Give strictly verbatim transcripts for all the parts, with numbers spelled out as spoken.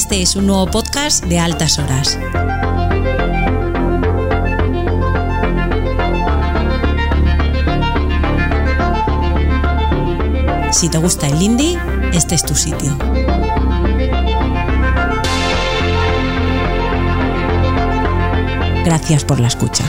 Este es un nuevo podcast de Altas Horas. Si te gusta el indie, este es tu sitio. Gracias por la escucha.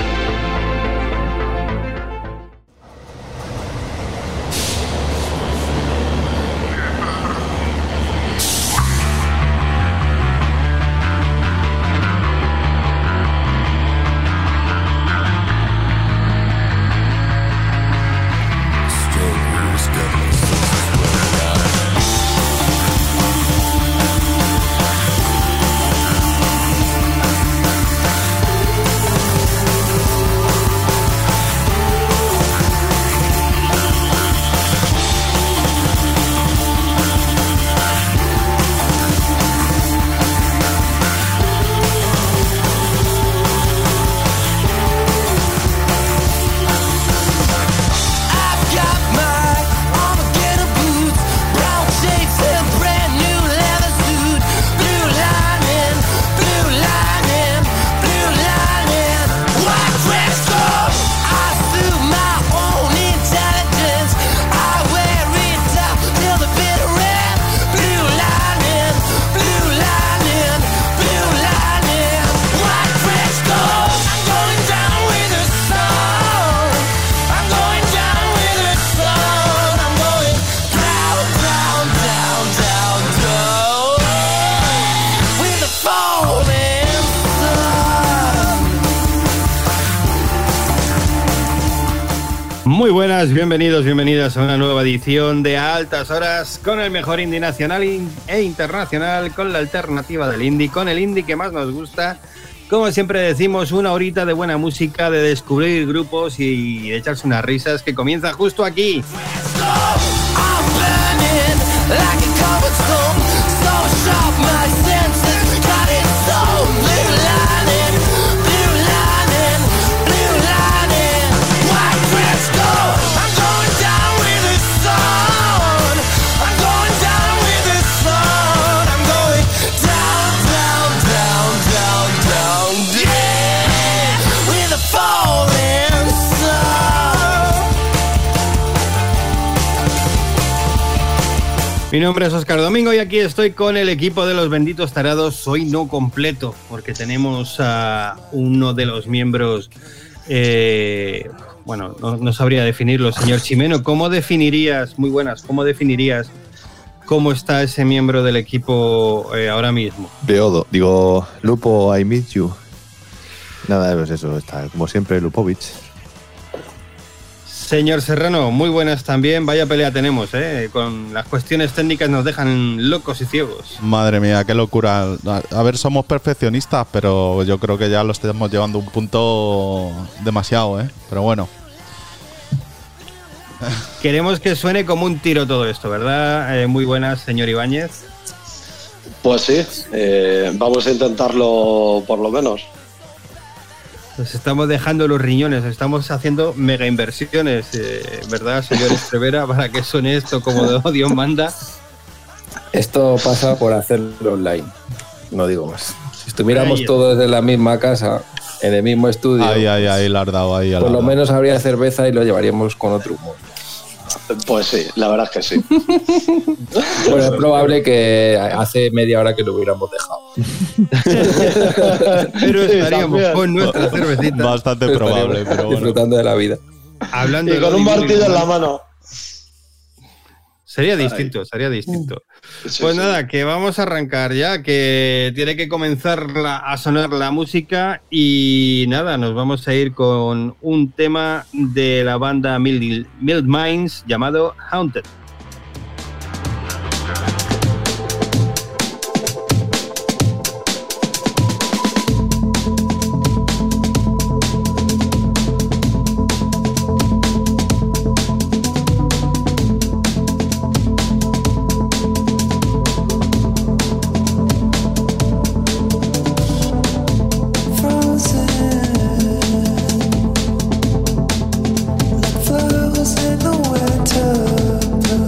Muy buenas, bienvenidos, bienvenidas a una nueva edición de Altas Horas con el mejor indie nacional e internacional, con la alternativa del indie, con el indie que más nos gusta. Como siempre decimos, una horita de buena música, de descubrir grupos y de echarse unas risas que comienza justo aquí. Mi nombre es Óscar Domingo y aquí estoy con el equipo de los benditos tarados. Hoy no completo, porque tenemos a uno de los miembros, eh, bueno, no, no sabría definirlo, señor Chimeno. ¿Cómo definirías, muy buenas, cómo definirías cómo está ese miembro del equipo eh, ahora mismo? Beodo, digo, Lupo, I miss you. Nada, pues eso, está como siempre Lupovic. Señor Serrano, muy buenas también. Vaya pelea tenemos, ¿eh? Con las cuestiones técnicas nos dejan locos y ciegos. Madre mía, qué locura. A ver, somos perfeccionistas, pero yo creo que ya lo estamos llevando a un punto demasiado, ¿eh? Pero bueno. Queremos que suene como un tiro todo esto, ¿verdad? Eh, muy buenas, señor Ibáñez. Pues sí, eh, vamos a intentarlo por lo menos. Nos estamos dejando los riñones, estamos haciendo mega inversiones, eh, ¿verdad, señor Estrevera? Para que suene esto como Dios manda. Esto pasa por hacerlo online, no digo más. Si estuviéramos Ay, todos en la misma casa, en el mismo estudio, Ahí, ahí, ahí, la has dado, ahí. por lo menos habría cerveza y lo llevaríamos con otro humor. Pues sí, la verdad es que sí. Bueno, es probable que hace media hora que lo hubiéramos dejado. Pero estaríamos con nuestra cervecita. Bastante probable, pero bueno. Disfrutando de la vida. Hablando Y con un martillo en la mano. Sería distinto, sería distinto. Sí, Pues sí. nada, que vamos a arrancar ya, que tiene que comenzar la- a sonar la música y nada, nos vamos a ir con un tema de la banda Mild, Mild Minds llamado Haunted. Flowers in the winter.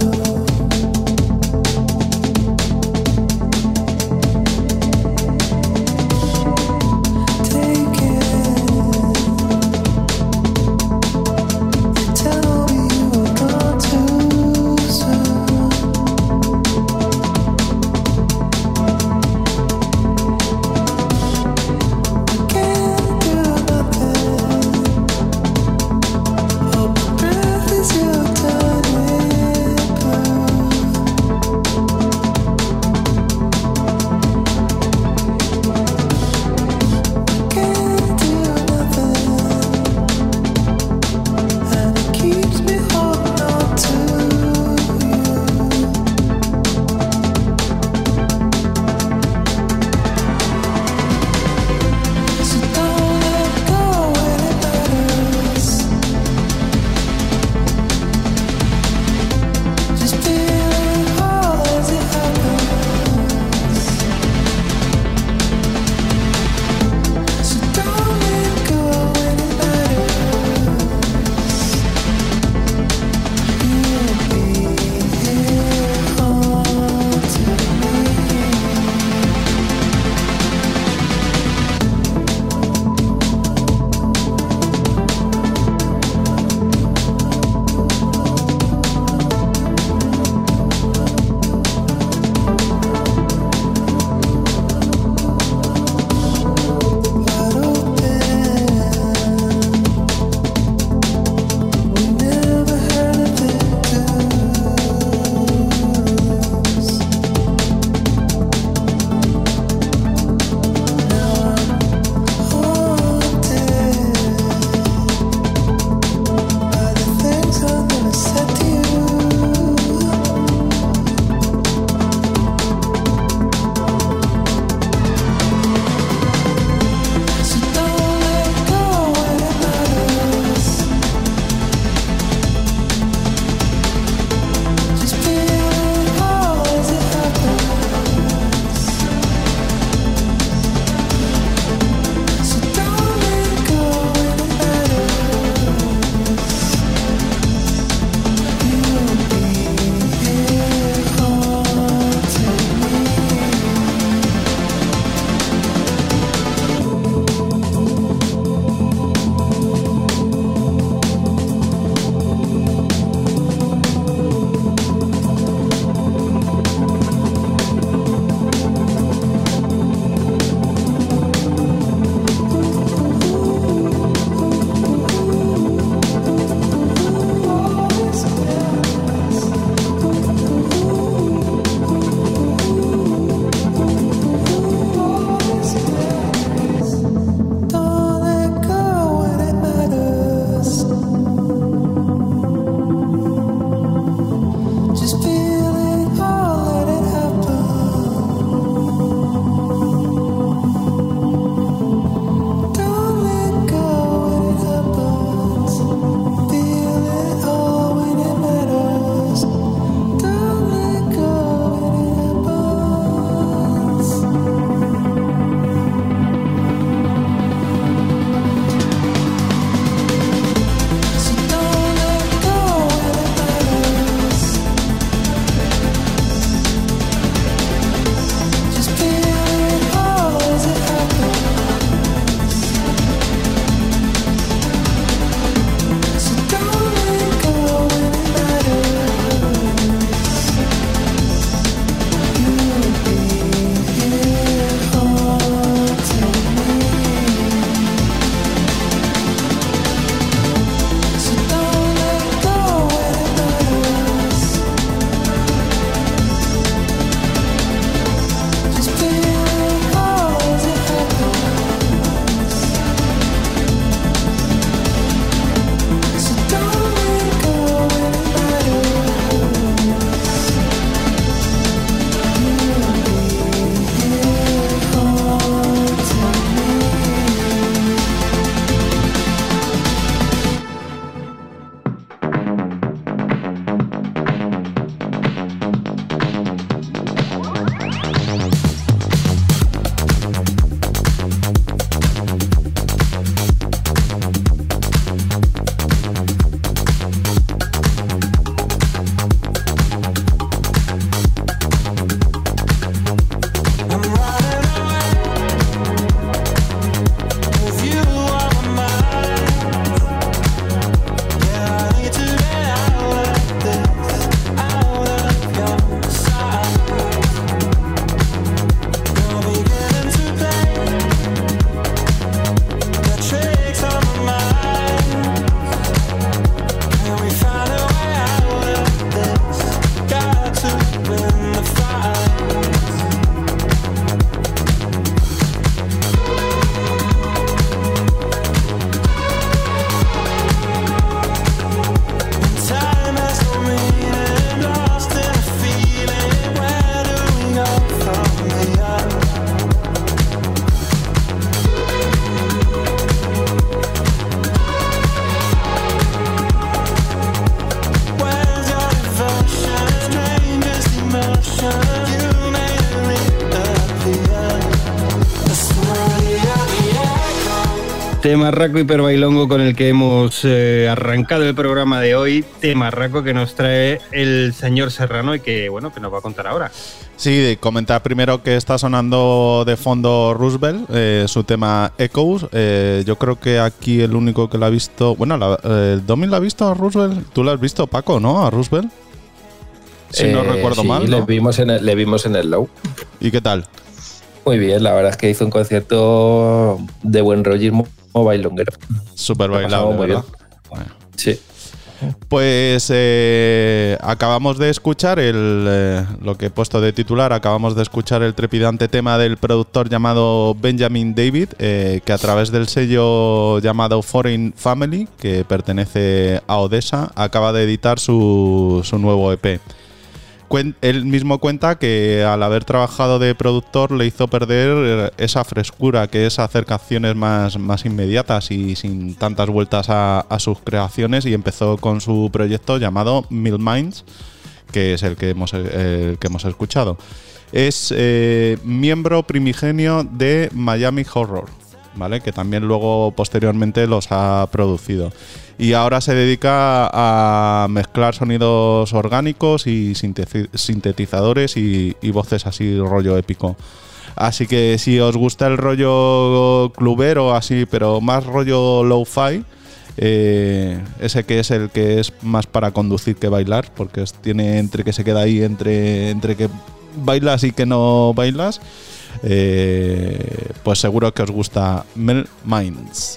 Temarraco hiperbailongo con el que hemos eh, arrancado el programa de hoy. Temarraco que nos trae el señor Serrano y que, bueno, que nos va a contar ahora. Sí, comentar primero que está sonando de fondo Roosevelt, eh, su tema Echoes. Eh, yo creo que aquí el único que lo ha visto... Bueno, la, eh, ¿Domin lo ha visto a Roosevelt? ¿Tú lo has visto, Paco, no? ¿A Roosevelt? Si eh, no recuerdo sí, mal, le ¿no? vimos en el, le vimos en el Low. ¿Y qué tal? Muy bien, la verdad es que hizo un concierto de buen rollismo bailonguero. Súper bailable, muy ¿verdad? bien. Bueno. Sí. Pues eh, acabamos de escuchar el, eh, lo que he puesto de titular, acabamos de escuchar el trepidante tema del productor llamado Benjamin David, eh, que a través del sello llamado Foreign Family, que pertenece a Odessa, acaba de editar su, su nuevo E P. Él mismo cuenta que al haber trabajado de productor le hizo perder esa frescura, que es hacer canciones más, más inmediatas y sin tantas vueltas a, a sus creaciones, y empezó con su proyecto llamado Mill Minds, que es el que hemos, el que hemos escuchado. Es eh, miembro primigenio de Miami Horror, ¿vale? Que también luego posteriormente los ha producido. Y ahora se dedica a mezclar sonidos orgánicos y sintetizadores y, y voces así rollo épico. Así que si os gusta el rollo clubero así, pero más rollo lo-fi, eh, ese que es el que es más para conducir que bailar, porque es, tiene entre que se queda ahí entre, entre que bailas y que no bailas, eh, pues seguro que os gusta Mill Minds.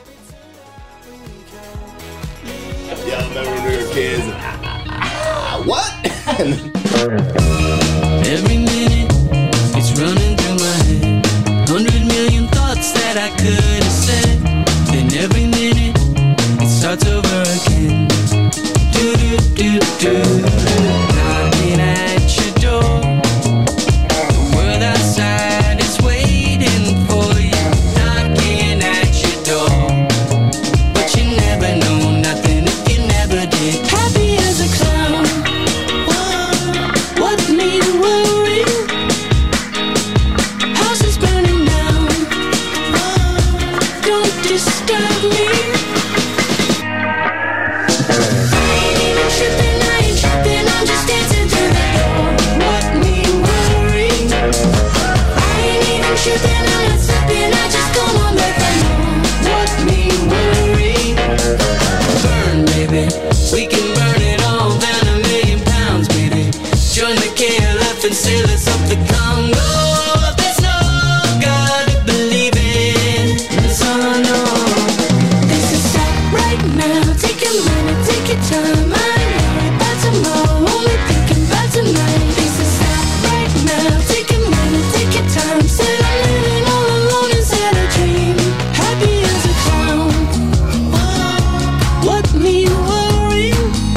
What? Every minute it's running through my head. Hundred million thoughts that I could have said. Then every minute it starts over again. Do do do do. Knocking at your door. The world outside is waiting for you. Knocking at your door. But you never know nothing if you never did. Happy as a clown. What me to worry? House is burning down. Don't disturb me. I ain't even tripping, I ain't tripping. I'm just dancing to the door. What me worry? I ain't even tripping, I'm not slipping. I just go on like I know. What me worry? Burn, baby. We can burn it all down a million pounds, baby. Join the K L F and sail us up the Congo. There's no God to believe in. That's all I know. This is stop right now. Take a minute, take your time. I ain't worried about tomorrow, only thinking about tonight. This is stop right now. Take a minute, take your time. Said I'm living all alone inside a dream. Happy as a clown. What me worry?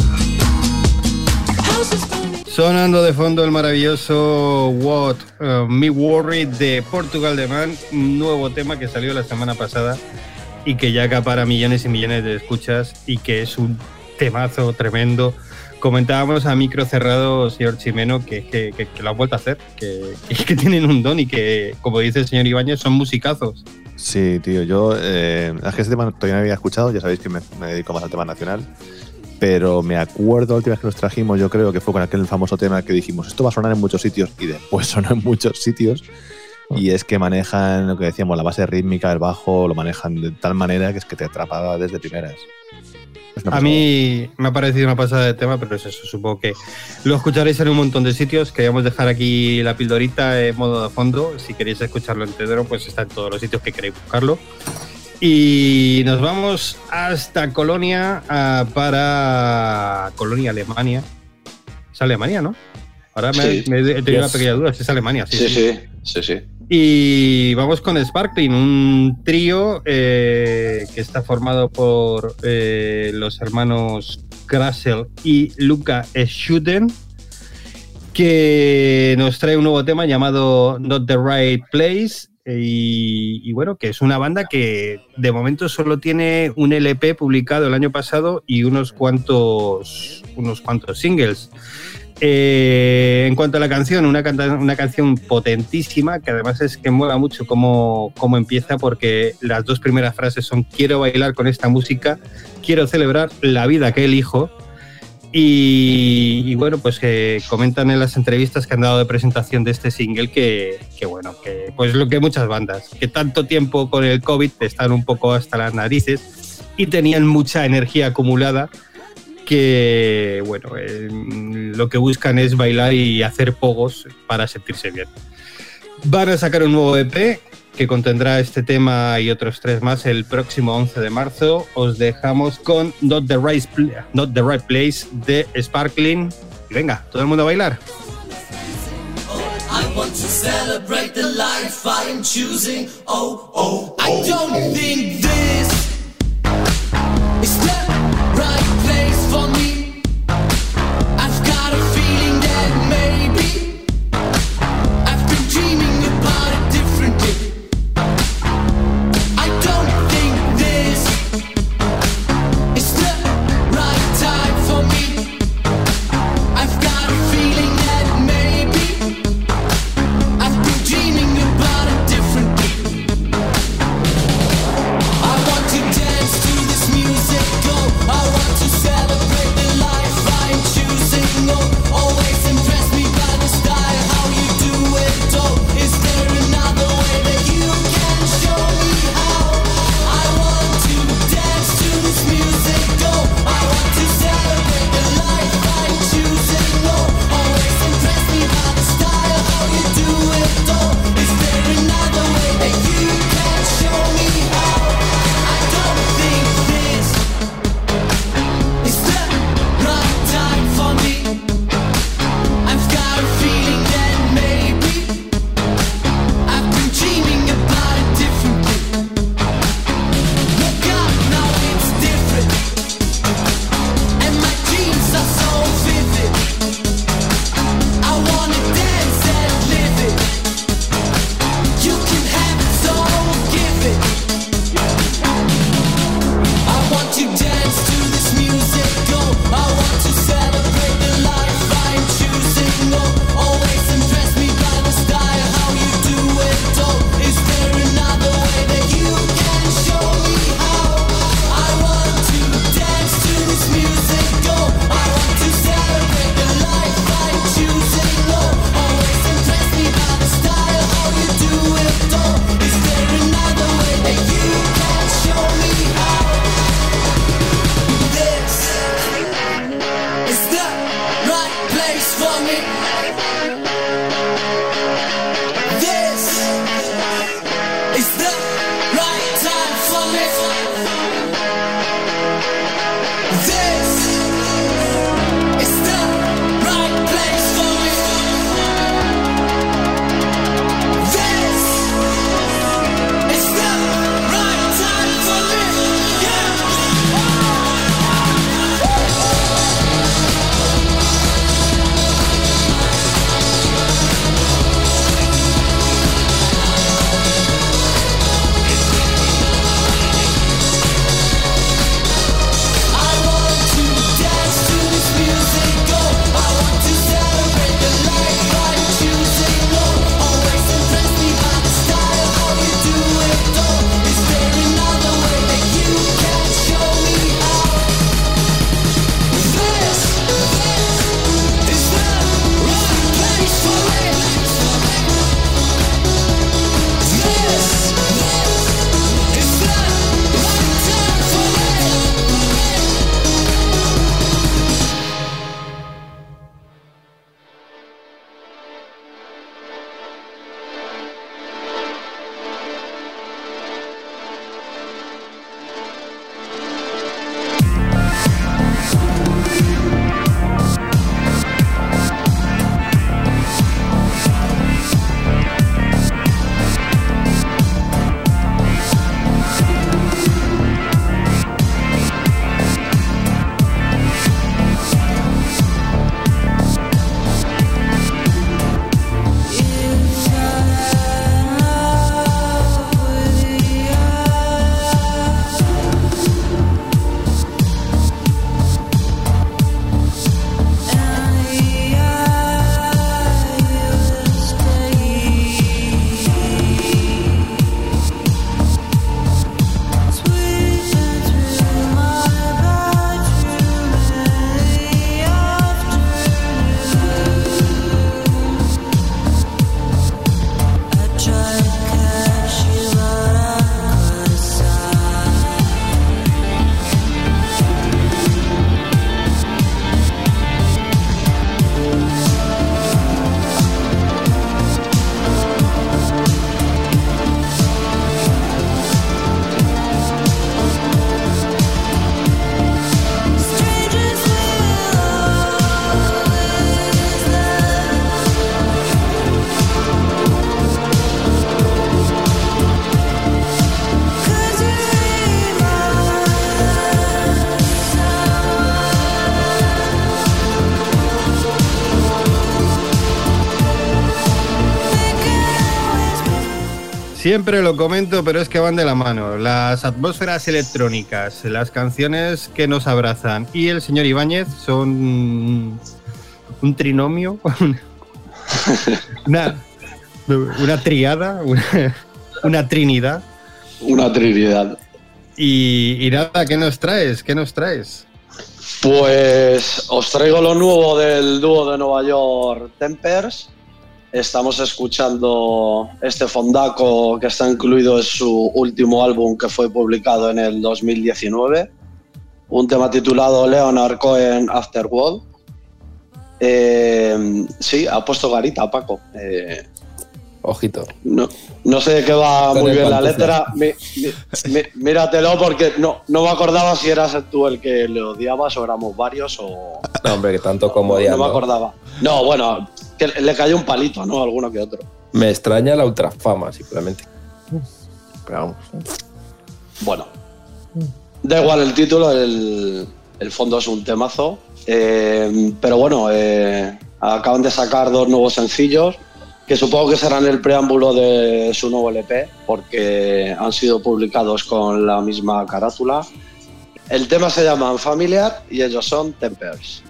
House is burning. Sonando de fondo el maravilloso What uh, Me Worry de Portugal The Man, un nuevo tema que salió la semana pasada y que ya acapara millones y millones de escuchas y que es un temazo tremendo. Comentábamos a micro cerrado, señor Chimeno, que, que, que, que lo han vuelto a hacer, que, que, que tienen un don y que, como dice el señor Ibáñez, son musicazos. Sí, tío, yo eh, es que ese tema todavía no había escuchado, ya sabéis que me, me dedico más al tema nacional, pero me acuerdo la última vez que nos trajimos, yo creo que fue con aquel famoso tema que dijimos, esto va a sonar en muchos sitios, y después sonó en muchos sitios, y es que manejan lo que decíamos, la base rítmica, el bajo, lo manejan de tal manera que es que te atrapaba desde primeras. A mí me ha parecido una pasada de tema, pero es eso, supongo que lo escucharéis en un montón de sitios. Queríamos dejar aquí la pildorita en modo de fondo. Si queréis escucharlo entero, pues está en todos los sitios que queréis buscarlo. Y nos vamos hasta Colonia, uh, para Colonia, Alemania. Es Alemania, ¿no? Ahora me, Sí. me he tenido Yes. una pequeña duda, si es Alemania. Sí, Sí, sí. sí, sí, sí. Y vamos con Sparkling, un trío eh, que está formado por eh, los hermanos Krasel y Luca Schuden, que nos trae un nuevo tema llamado Not the Right Place. Y, y bueno, que es una banda que de momento solo tiene un L P publicado el año pasado y unos cuantos, unos cuantos singles. Eh, en cuanto a la canción, una, canta- una canción potentísima, que además es que mola mucho cómo, cómo empieza, porque las dos primeras frases son: quiero bailar con esta música, quiero celebrar la vida que elijo. Y, y bueno, pues que comentan en las entrevistas que han dado de presentación de este single que, que bueno, que pues lo que muchas bandas, que tanto tiempo con el COVID están un poco hasta las narices y tenían mucha energía acumulada, que bueno, eh, lo que buscan es bailar y hacer pogos para sentirse bien. Van a sacar un nuevo E P que contendrá este tema y otros tres más el próximo once de marzo. Os dejamos con Not the Right, Pl- Not the Right Place de Sparkling. Y venga, todo el mundo a bailar. I want to celebrate the life I am choosing. Oh, oh, I don't think this is the right place for me. I've got a feeling that maybe I've been dreaming about it differently. I don't think this is the right time for me. I've got a feeling that maybe I've been dreaming about it differently. I want to dance to this music, oh, I want to celebrate the life I'm choosing, oh, always impress me by the style, how you do it, oh, is there another way that you can show me how? I want to dance to this music, oh, I want to celebrate the life I'm choosing, oh, always impress me by the style, how you do it, oh, is there another way that you can show me how? I don't think this is the right time for me. I've got a feeling that maybe I've been dreaming about it differently. Look up, now it's different, and my dreams are so vivid. I wanna dance and live it. You can have it, so give it. I want to dance to this music, oh, I want to celebrate the life I'm choosing, oh, always impress me by the style, how you do it, oh, is there another way that you can show me how? I want to dance to this music, oh, I want to celebrate the life I'm choosing, oh, always impress me by the style, how you do it, oh, is there another way that you can show me how? This is the right place for me. This is the right time for me. This is the right place for me. This is the right time for me. Yeah. Siempre lo comento, pero es que van de la mano. Las atmósferas electrónicas, las canciones que nos abrazan y el señor Ibáñez son un trinomio, una, una triada, una, una trinidad. Una trinidad. Y, y nada, ¿qué nos traes? ¿Qué nos traes? Pues os traigo lo nuevo del dúo de Nueva York, Tempers. Estamos escuchando este fondaco que está incluido en su último álbum que fue publicado en el dos mil diecinueve. Un tema titulado Leonard Cohen Afterworld. Eh, sí, ha puesto garita, Paco. Eh, Ojito. No, no sé de qué va Con muy el bien la pantufla. letra. Mi- mi- mi- míratelo porque no, no me acordaba si eras tú el que le odiabas o éramos varios o... No, hombre, que tanto como no, odiar, no me ¿no? acordaba. No, bueno, que le cayó un palito, ¿no? Alguno que otro. Me extraña la ultrafama, simplemente. Pero vamos. Bueno, da igual el título, el, el fondo es un temazo. Eh, pero bueno, eh, acaban de sacar dos nuevos sencillos que supongo que serán el preámbulo de su nuevo L P porque han sido publicados con la misma carátula. El tema se llama Unfamiliar y ellos son Tempers.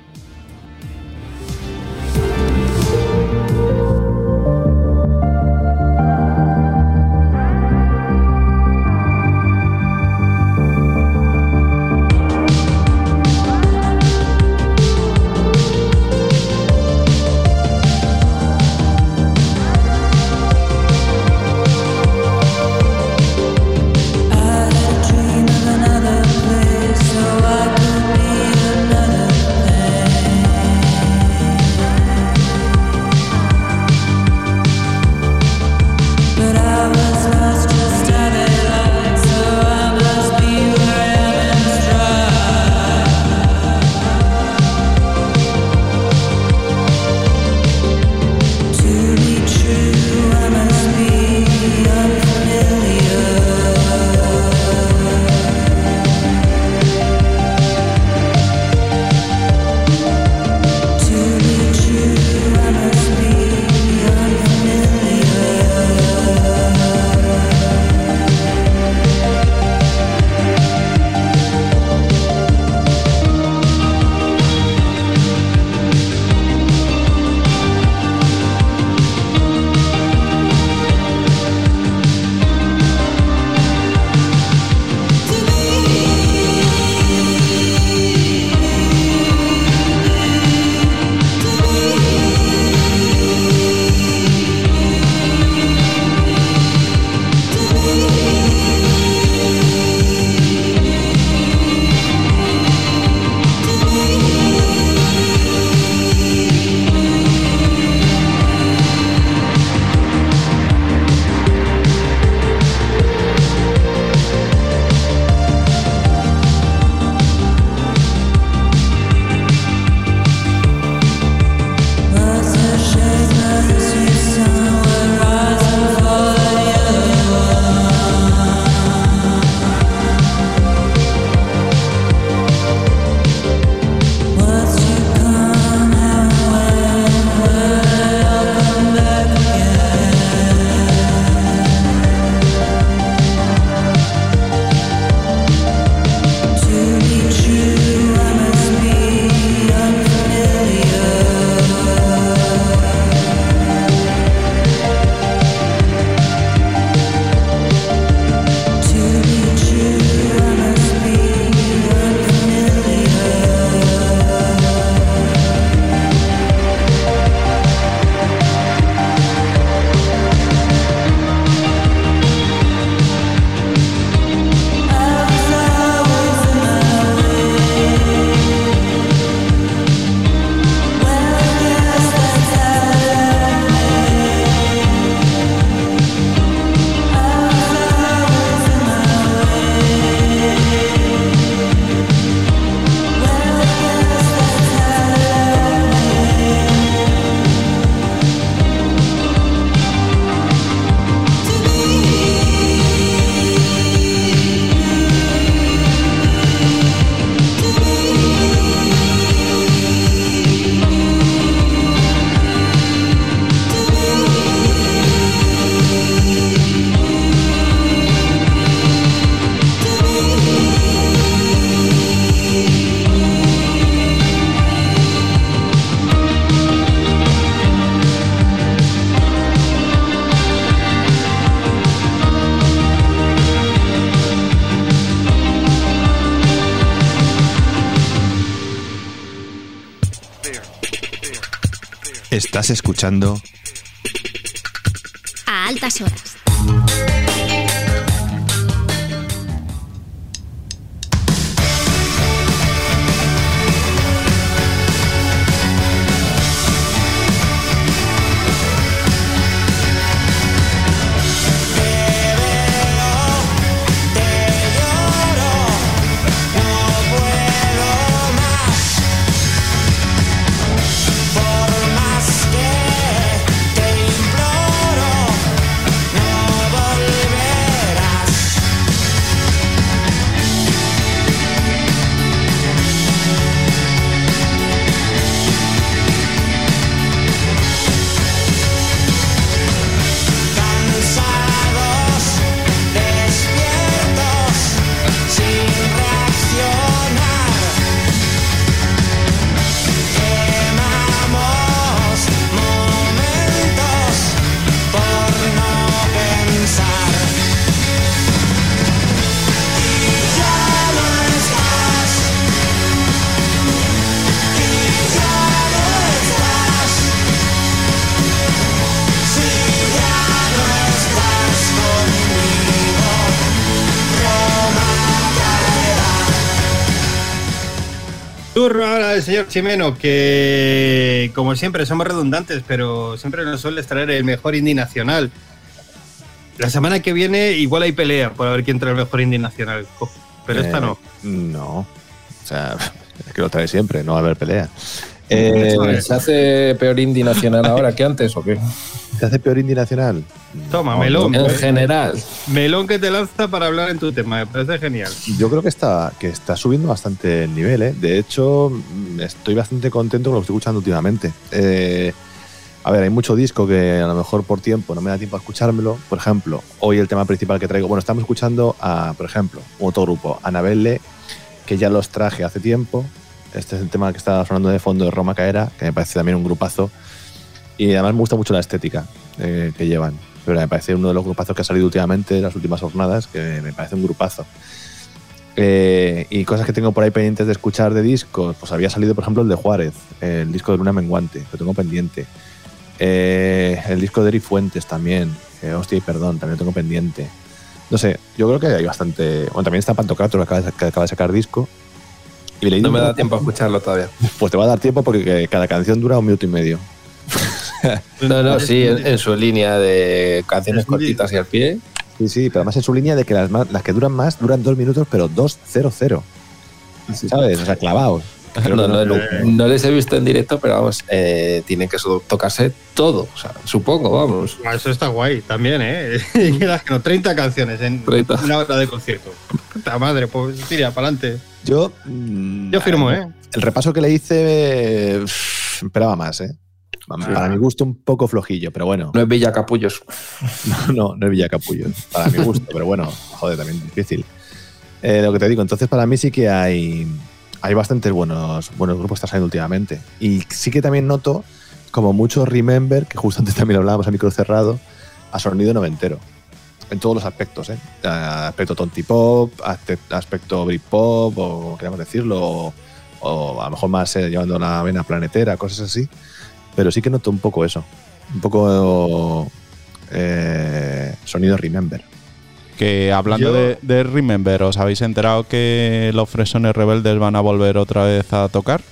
Dream of another place, so I could be another thing. Estás escuchando A altas horas. Turno ahora del señor Chimeno, que como siempre somos redundantes, pero siempre nos suele traer el mejor indie nacional. La semana que viene igual hay pelea por ver quién trae el mejor indie nacional, pero Eh, esta no. No. O sea, es que lo trae siempre, no va a haber pelea. Eh, ¿Se hace peor indie nacional ahora que antes o qué? ¿Se hace peor indie nacional? Toma, No, melón. En pues. general. Melón que te lanza para hablar en tu tema, me parece genial. Yo creo que está, que está subiendo bastante el nivel, ¿eh? De hecho, mm, estoy bastante contento con lo que estoy escuchando últimamente. Eh, a ver, hay mucho disco que a lo mejor por tiempo no me da tiempo a escuchármelo. Por ejemplo, hoy el tema principal que traigo, bueno, estamos escuchando a, por ejemplo, un otro grupo, Anabelle, que ya los traje hace tiempo. Este es el tema que está sonando de fondo de Roma Caera, que me parece también un grupazo. Y además me gusta mucho la estética eh, que llevan. Pero me parece uno de los grupazos que ha salido últimamente en las últimas jornadas, que me parece un grupazo. Eh, y cosas que tengo por ahí pendientes de escuchar de discos, pues había salido, por ejemplo, el de Juárez, el disco de Luna Menguante, lo tengo pendiente. Eh, el disco de Eri Fuentes también, eh, hostia y perdón, también lo tengo pendiente. No sé, yo creo que hay bastante. Bueno, también está Pantocrator, que acaba de, que acaba de sacar disco. Y leí No un- me da tiempo a escucharlo todavía. Pues te va a dar tiempo porque cada canción dura un minuto y medio. No, no, sí, en, en su línea de canciones cortitas y al pie. Sí, sí, pero además en su línea de que las, más- las que duran más duran dos minutos, pero dos cero cero. ¿Sabes? O sea, clavados. Creo No, que no, no- no, no les he visto en directo, pero vamos, eh, tienen que so- tocarse todo. O sea, supongo, vamos. Ah, eso está guay también, ¿eh? Y las que no, treinta canciones en treinta. una hora de concierto. Puta madre, pues tira, para adelante. Yo. mm, Yo firmo, ¿eh? El repaso que le hice. eh, esperaba más, ¿eh? Para mi gusto, un poco flojillo, pero bueno. No es Villa Capullos. No, no, no es Villacapullo. Para mi gusto, pero bueno, joder, también difícil. Eh, lo que te digo, entonces para mí sí que hay. Hay bastantes buenos, buenos grupos que están saliendo últimamente. Y sí que también noto como mucho Remember, que justo antes también hablábamos a micro cerrado, a sonido noventero. En todos los aspectos, ¿eh? Aspecto tontipop, aspecto britpop, o queremos decirlo, o, o a lo mejor más eh, llevando la vena planetera, cosas así. Pero sí que noto un poco eso. Un poco eh, sonido Remember. Que hablando Yo- de, de Remember, ¿os habéis enterado que los Fresones Rebeldes van a volver otra vez a tocar?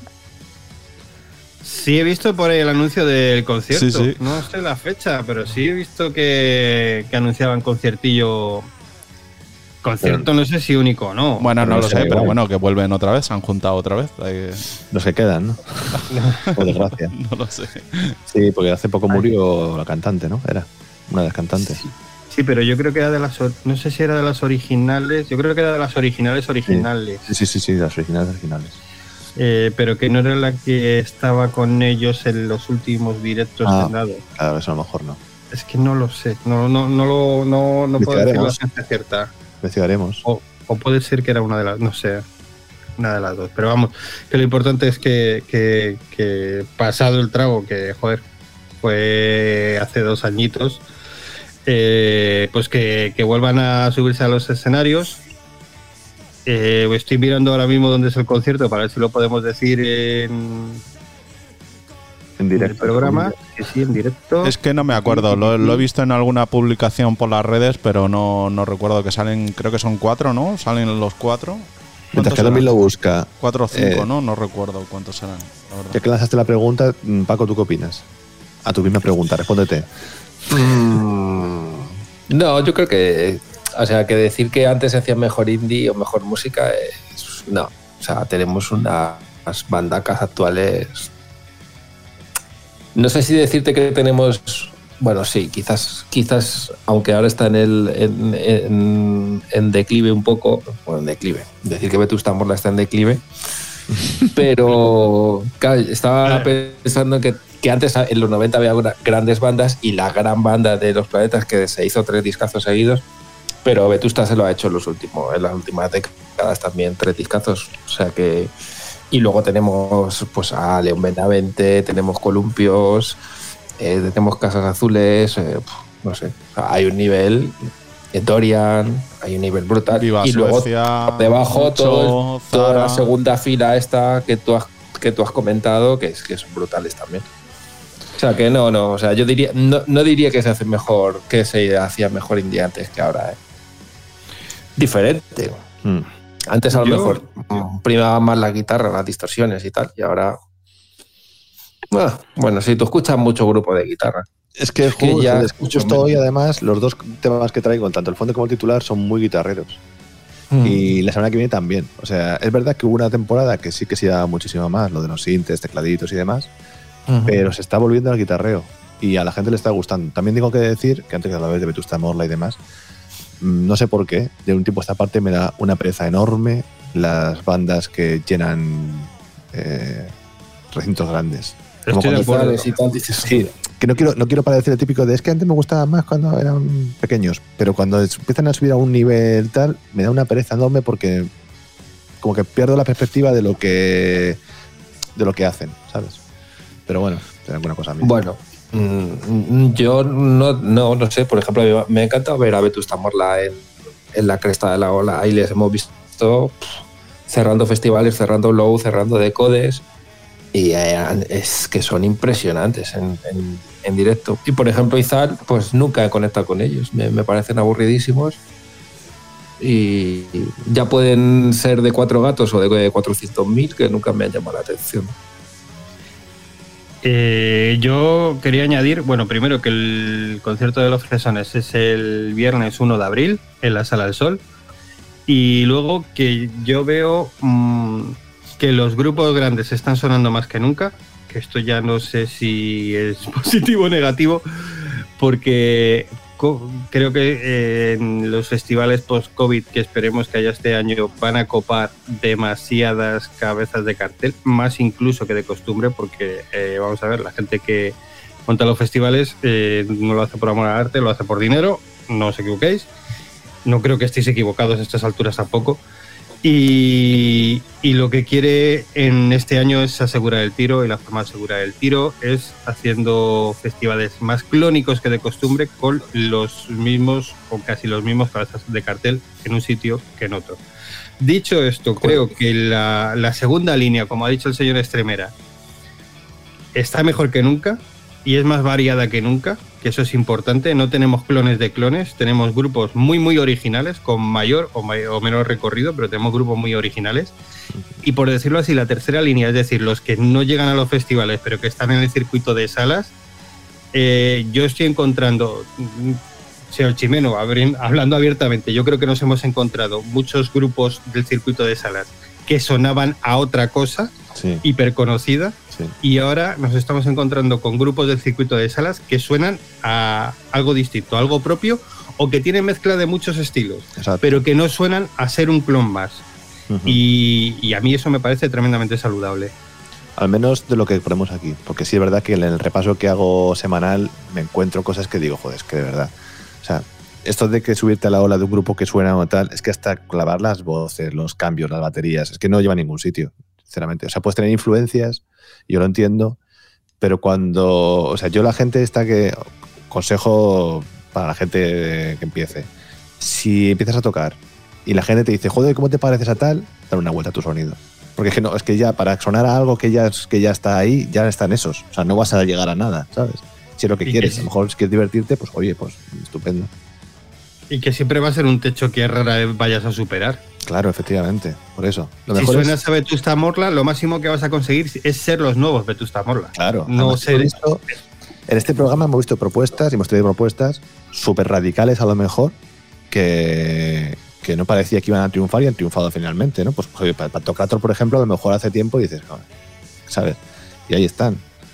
Sí, he visto por ahí el anuncio del concierto. Sí, sí. No sé la fecha, pero sí he visto que, que anunciaban conciertillo. Concierto, no sé si único o no. Bueno, pero no no lo será sé, pero igual. bueno, que vuelven otra vez, se han juntado otra vez. Hay que- Los que quedan, ¿no? Por desgracia. no lo sé. Sí, porque hace poco murió la cantante, ¿no? Era una de las cantantes. Sí, pero yo creo que era de las. or- No sé si era de las originales. Yo creo que era de las originales originales. Sí, sí, sí, sí, las originales originales. Eh, pero que no era la que estaba con ellos en los últimos directos Ah. que han dado. Claro, eso a lo mejor no. Es que no lo sé. No, no, no, lo, no, no puedo decir la Investigaremos. ciencia cierta. Investigaremos. O, o puede ser que era una de las, no sé, una de las dos. Pero vamos, que lo importante es que, que, que pasado el trago, que joder, fue hace dos añitos, eh, pues que, que vuelvan a subirse a los escenarios. Eh, estoy mirando ahora mismo dónde es el concierto para ver si lo podemos decir en, En directo. el programa. Sí, sí, en directo. Es que no me acuerdo, lo, lo he visto en alguna publicación por las redes, pero no, no recuerdo que salen, creo que son cuatro, ¿no? Salen los cuatro. Mientras ¿Cuántos que Domi serán? lo busca. Cuatro o cinco, eh, ¿no? No recuerdo cuántos serán, la verdad. Ya que lanzaste la pregunta, mm, Paco, ¿tú qué opinas? A tu misma pregunta, respóndete. Mm, no, yo creo que, o sea, que decir que antes se hacía mejor indie o mejor música, es, no. O sea, tenemos unas bandacas actuales. No sé si decirte que tenemos, bueno, sí, quizás, quizás, aunque ahora está en el en, en, en declive un poco, bueno, en declive. Decir que Vetusta Morla está en declive, pero claro, estaba pensando que que antes en los noventa había gra- grandes bandas y la gran banda de Los Planetas que se hizo tres discazos seguidos, pero Vetusta se lo ha hecho en, los últimos, en las últimas décadas también, tres discazos. O sea que... Y luego tenemos pues a León Benavente, tenemos Columpios, eh, tenemos Casas Azules, eh, no sé, o sea, hay un nivel... eh, Dorian, hay un nivel brutal. Viva y luego Suecia, por debajo Mucho, todo, toda Zara. la segunda fila esta que tú has, que tú has comentado, que, es, que son brutales también. O sea que no, no, o sea, yo diría, no, no diría que se hace mejor, que se hacía mejor indie antes que ahora, ¿eh? Diferente. Mm. Antes a lo Yo- mejor mm, primaba más la guitarra, las distorsiones y tal, y ahora. Ah, bueno, sí, tú escuchas mucho grupo de guitarra. Es que, que justo, ya escucho escucho esto hoy, menos. además, los dos temas que traigo, tanto el fondo como el titular, son muy guitarreros. Mm. Y la semana que viene también. O sea, es verdad que hubo una temporada que sí que se daba muchísimo más, lo de los sintes, tecladitos y demás, Ujú. pero se está volviendo al guitarreo y a la gente le está gustando. También tengo que decir que antes que hablabais de Vetusta Morla y demás, mm, no sé por qué, de un tiempo a esta parte me da una pereza enorme las bandas que llenan eh, recintos grandes. Como Estoy de cuando- acuerdo. Y tal, dices, Sí, que no quiero, no quiero parecer el típico de es que antes me gustaba más cuando eran pequeños, pero cuando es- empiezan a subir a un nivel tal, me da una pereza enorme porque como que pierdo la perspectiva de lo que de lo que hacen, ¿sabes? Pero bueno, será alguna cosa mía. Bueno, mm, yo no, no, no sé, por ejemplo, me- me ha encantado ver a Vetusta Morla en, en la cresta de la ola. Ahí les hemos visto pff, cerrando festivales, cerrando Low, cerrando Decodes, y eh, es que son impresionantes en, en- en directo. Y por ejemplo, Izal, pues nunca he conectado con ellos, me, me parecen aburridísimos. Y ya pueden ser de Cuatro Gatos o de cuatrocientos mil, que nunca me han llamado la atención. Eh, yo quería añadir, bueno, primero que el concierto de los Fresones es el viernes uno de abril en la Sala del Sol. Y luego que yo veo mmm, que los grupos grandes están sonando más que nunca, que esto ya no sé si es positivo o negativo, porque co- creo que eh, en los festivales post-COVID que esperemos que haya este año van a copar demasiadas cabezas de cartel, más incluso que de costumbre, porque eh, vamos a ver, la gente que monta los festivales eh, no lo hace por amor al arte, lo hace por dinero, no os equivoquéis. No creo que estéis equivocados a estas alturas tampoco. Y, y lo que quiere en este año es asegurar el tiro, y la forma de asegurar el tiro es haciendo festivales más clónicos que de costumbre, con los mismos o casi los mismos cabezas de cartel en un sitio que en otro. Dicho esto, creo que la, la segunda línea, como ha dicho el señor Estremera, está mejor que nunca y es más variada que nunca, que eso es importante. No tenemos clones de clones, tenemos grupos muy muy originales con mayor o, may- o menor recorrido, pero tenemos grupos muy originales. Y por decirlo así, la tercera línea, es decir, los que no llegan a los festivales pero que están en el circuito de salas, eh, yo estoy encontrando, mm, señor Chimeno, abri- hablando abiertamente, yo creo que nos hemos encontrado muchos grupos del circuito de salas que sonaban a otra cosa Sí, hiperconocida, sí. y ahora nos estamos encontrando con grupos del circuito de salas que suenan a algo distinto, algo propio, o que tienen mezcla de muchos estilos, Exacto. pero que no suenan a ser un clon más. Ujú. Y, y a mí eso me parece tremendamente saludable. Al menos de lo que ponemos aquí. Porque sí es verdad que en el repaso que hago semanal me encuentro cosas que digo, joder, es que de verdad. O sea, esto de que subirte a la ola de un grupo que suena o tal, es que hasta clavar las voces, los cambios, las baterías, es que no lleva a ningún sitio, sinceramente. O sea, puedes tener influencias, yo lo entiendo, pero cuando. O sea, yo la gente está que. Consejo para la gente que empiece. Si empiezas a tocar y la gente te dice, joder, ¿cómo te pareces a tal? Dar una vuelta a tu sonido. Porque es que, no, es que ya para sonar a algo que ya, es- que ya está ahí, ya están esos. O sea, no vas a llegar a nada, ¿sabes? Si es lo que Y quieres, que a sí. lo mejor si quieres divertirte, pues oye, pues estupendo. Y que siempre va a ser un techo que rara vez vayas a superar. Claro, efectivamente, por eso. Lo Si mejor suenas es, a Vetusta Morla, lo máximo que vas a conseguir es ser los nuevos Vetusta Morla. claro, No además ser. hemos visto- en este programa hemos visto propuestas y hemos tenido propuestas súper radicales a lo mejor que, que no parecía que iban a triunfar y han triunfado finalmente, ¿no? Pues oye, para Pantocrator, por ejemplo, a lo mejor hace tiempo y dices, "Joder", ¿sabes? Y ahí están.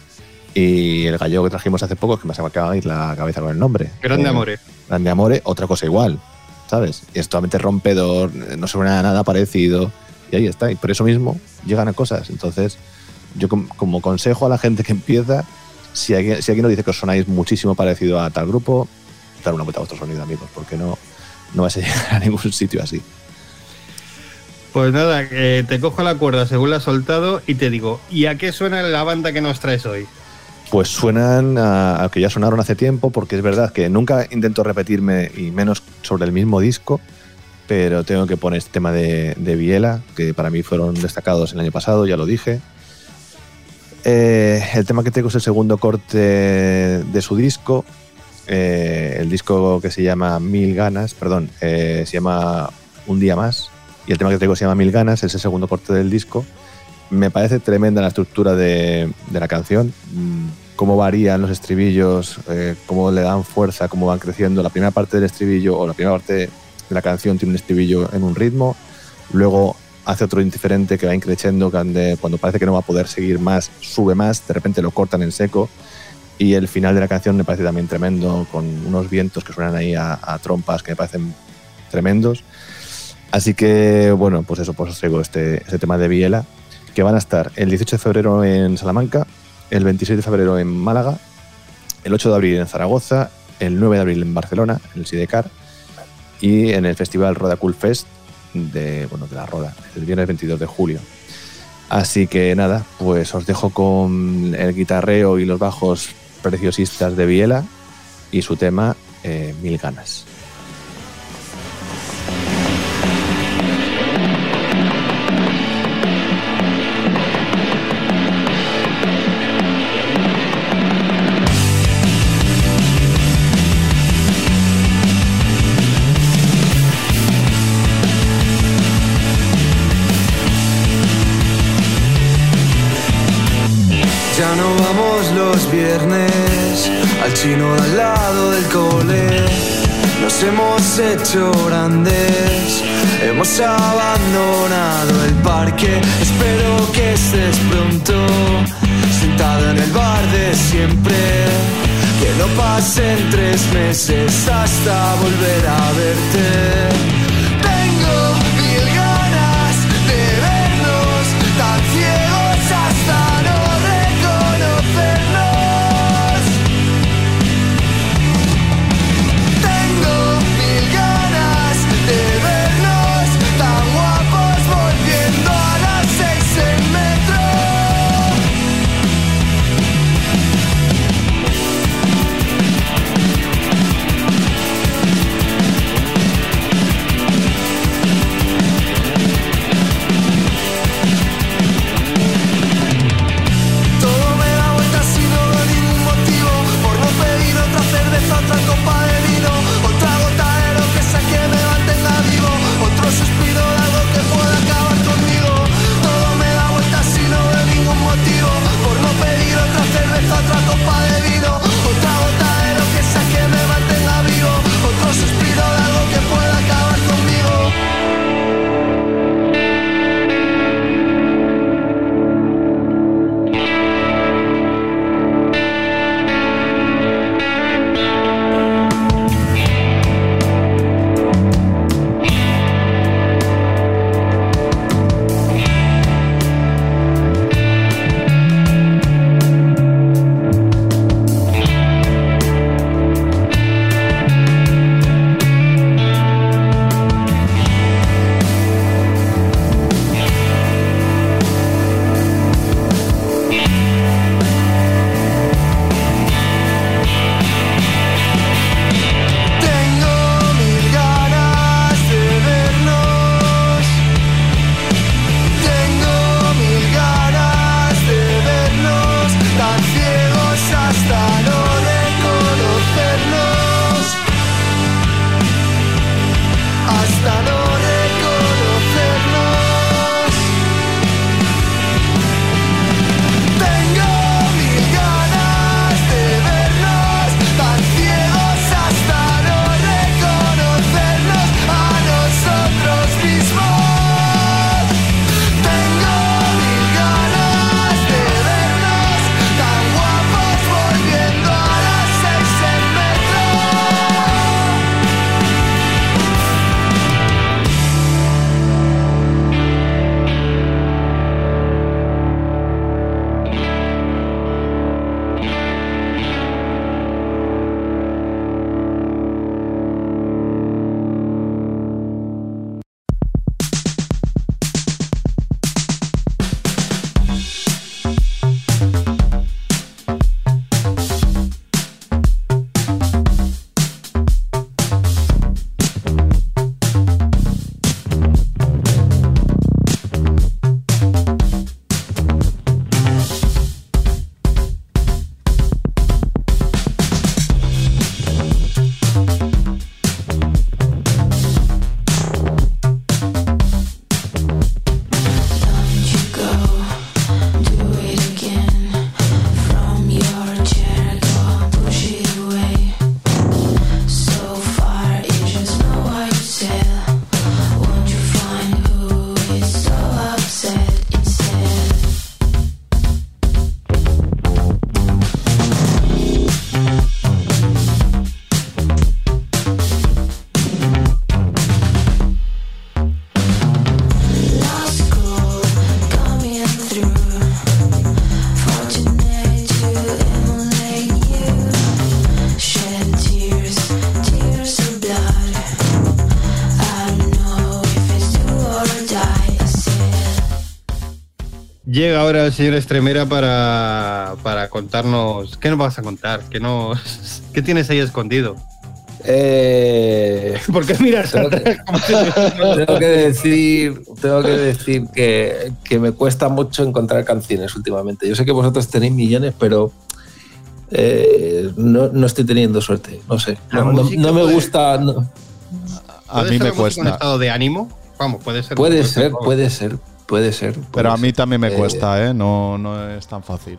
Y el gallego que trajimos hace poco, que me se me acaba de ir la cabeza con el nombre. Grande Eh, Amore. Grande Amore, otra cosa igual, ¿sabes? Y es totalmente rompedor, no suena a nada parecido. Y ahí está. Y por eso mismo llegan a cosas. Entonces, yo com- como consejo a la gente que empieza, si alguien, si alguien nos dice que os sonáis muchísimo parecido a tal grupo, dar una vuelta a vuestro sonido, amigos, porque no, no vais a llegar a ningún sitio así. Pues nada, eh, te cojo la cuerda según la has soltado y te digo, ¿y a qué suena la banda que nos traes hoy? Pues suenan a, a que ya sonaron hace tiempo, porque es verdad que nunca intento repetirme, y menos sobre el mismo disco, pero tengo que poner este tema de, de Biela, que para mí fueron destacados el año pasado, ya lo dije. Eh, el tema que tengo es el segundo corte de su disco, eh, el disco que se llama Mil Ganas, perdón, eh, se llama Un Día Más, y el tema que tengo se llama Mil Ganas, es el segundo corte del disco. Me parece tremenda la estructura de, de la canción, mm, cómo varían los estribillos, eh, cómo le dan fuerza, cómo van creciendo. La primera parte del estribillo o la primera parte de la canción tiene un estribillo en un ritmo, luego hace otro indiferente que va increciendo, cuando parece que no va a poder seguir más, sube más, de repente lo cortan en seco, y el final de la canción me parece también tremendo, con unos vientos que suenan ahí a, a trompas que me parecen tremendos. Así que, bueno, pues eso, pues os traigo este, este tema de Biela, que van a estar el dieciocho de febrero en Salamanca, el veintiséis de febrero en Málaga, el ocho de abril en Zaragoza, el nueve de abril en Barcelona, en el Sidecar, y en el festival Roda Cool Fest de, bueno, de la Roda, el viernes veintidós de julio. Así que nada, pues os dejo con el guitarreo y los bajos preciosistas de Biela y su tema eh, Mil Ganas. Ya no vamos los viernes al chino de al lado del cole. Nos hemos hecho grandes, hemos abandonado el parque. Espero que estés pronto sentado en el bar de siempre. Que no pasen tres meses hasta volver a verte. Tengo mil ganas de vernos tan ciegos hasta no reconocernos. Tengo mil ganas de vernos tan guapos volviendo a las seis en metro. llega ahora el señor Estremera para, para contarnos. ¿Qué nos vas a contar? ¿Qué, nos, ¿Qué tienes ahí escondido? Eh, ¿Por qué miras tengo, que, atrás? Como si- tengo que decir, tengo que, decir que, que me cuesta mucho encontrar canciones últimamente. Yo sé que vosotros tenéis millones, pero eh, no, no estoy teniendo suerte. No sé. La No, no- música no me puede- gusta. no. A ¿Puede mí ser me la música un cuesta. estado de ánimo? Vamos, puede ser. Puede puede ser, todo. puede ser, puede ser. Pero puede a mí ser. también me Eh, cuesta, ¿eh? No, no es tan fácil.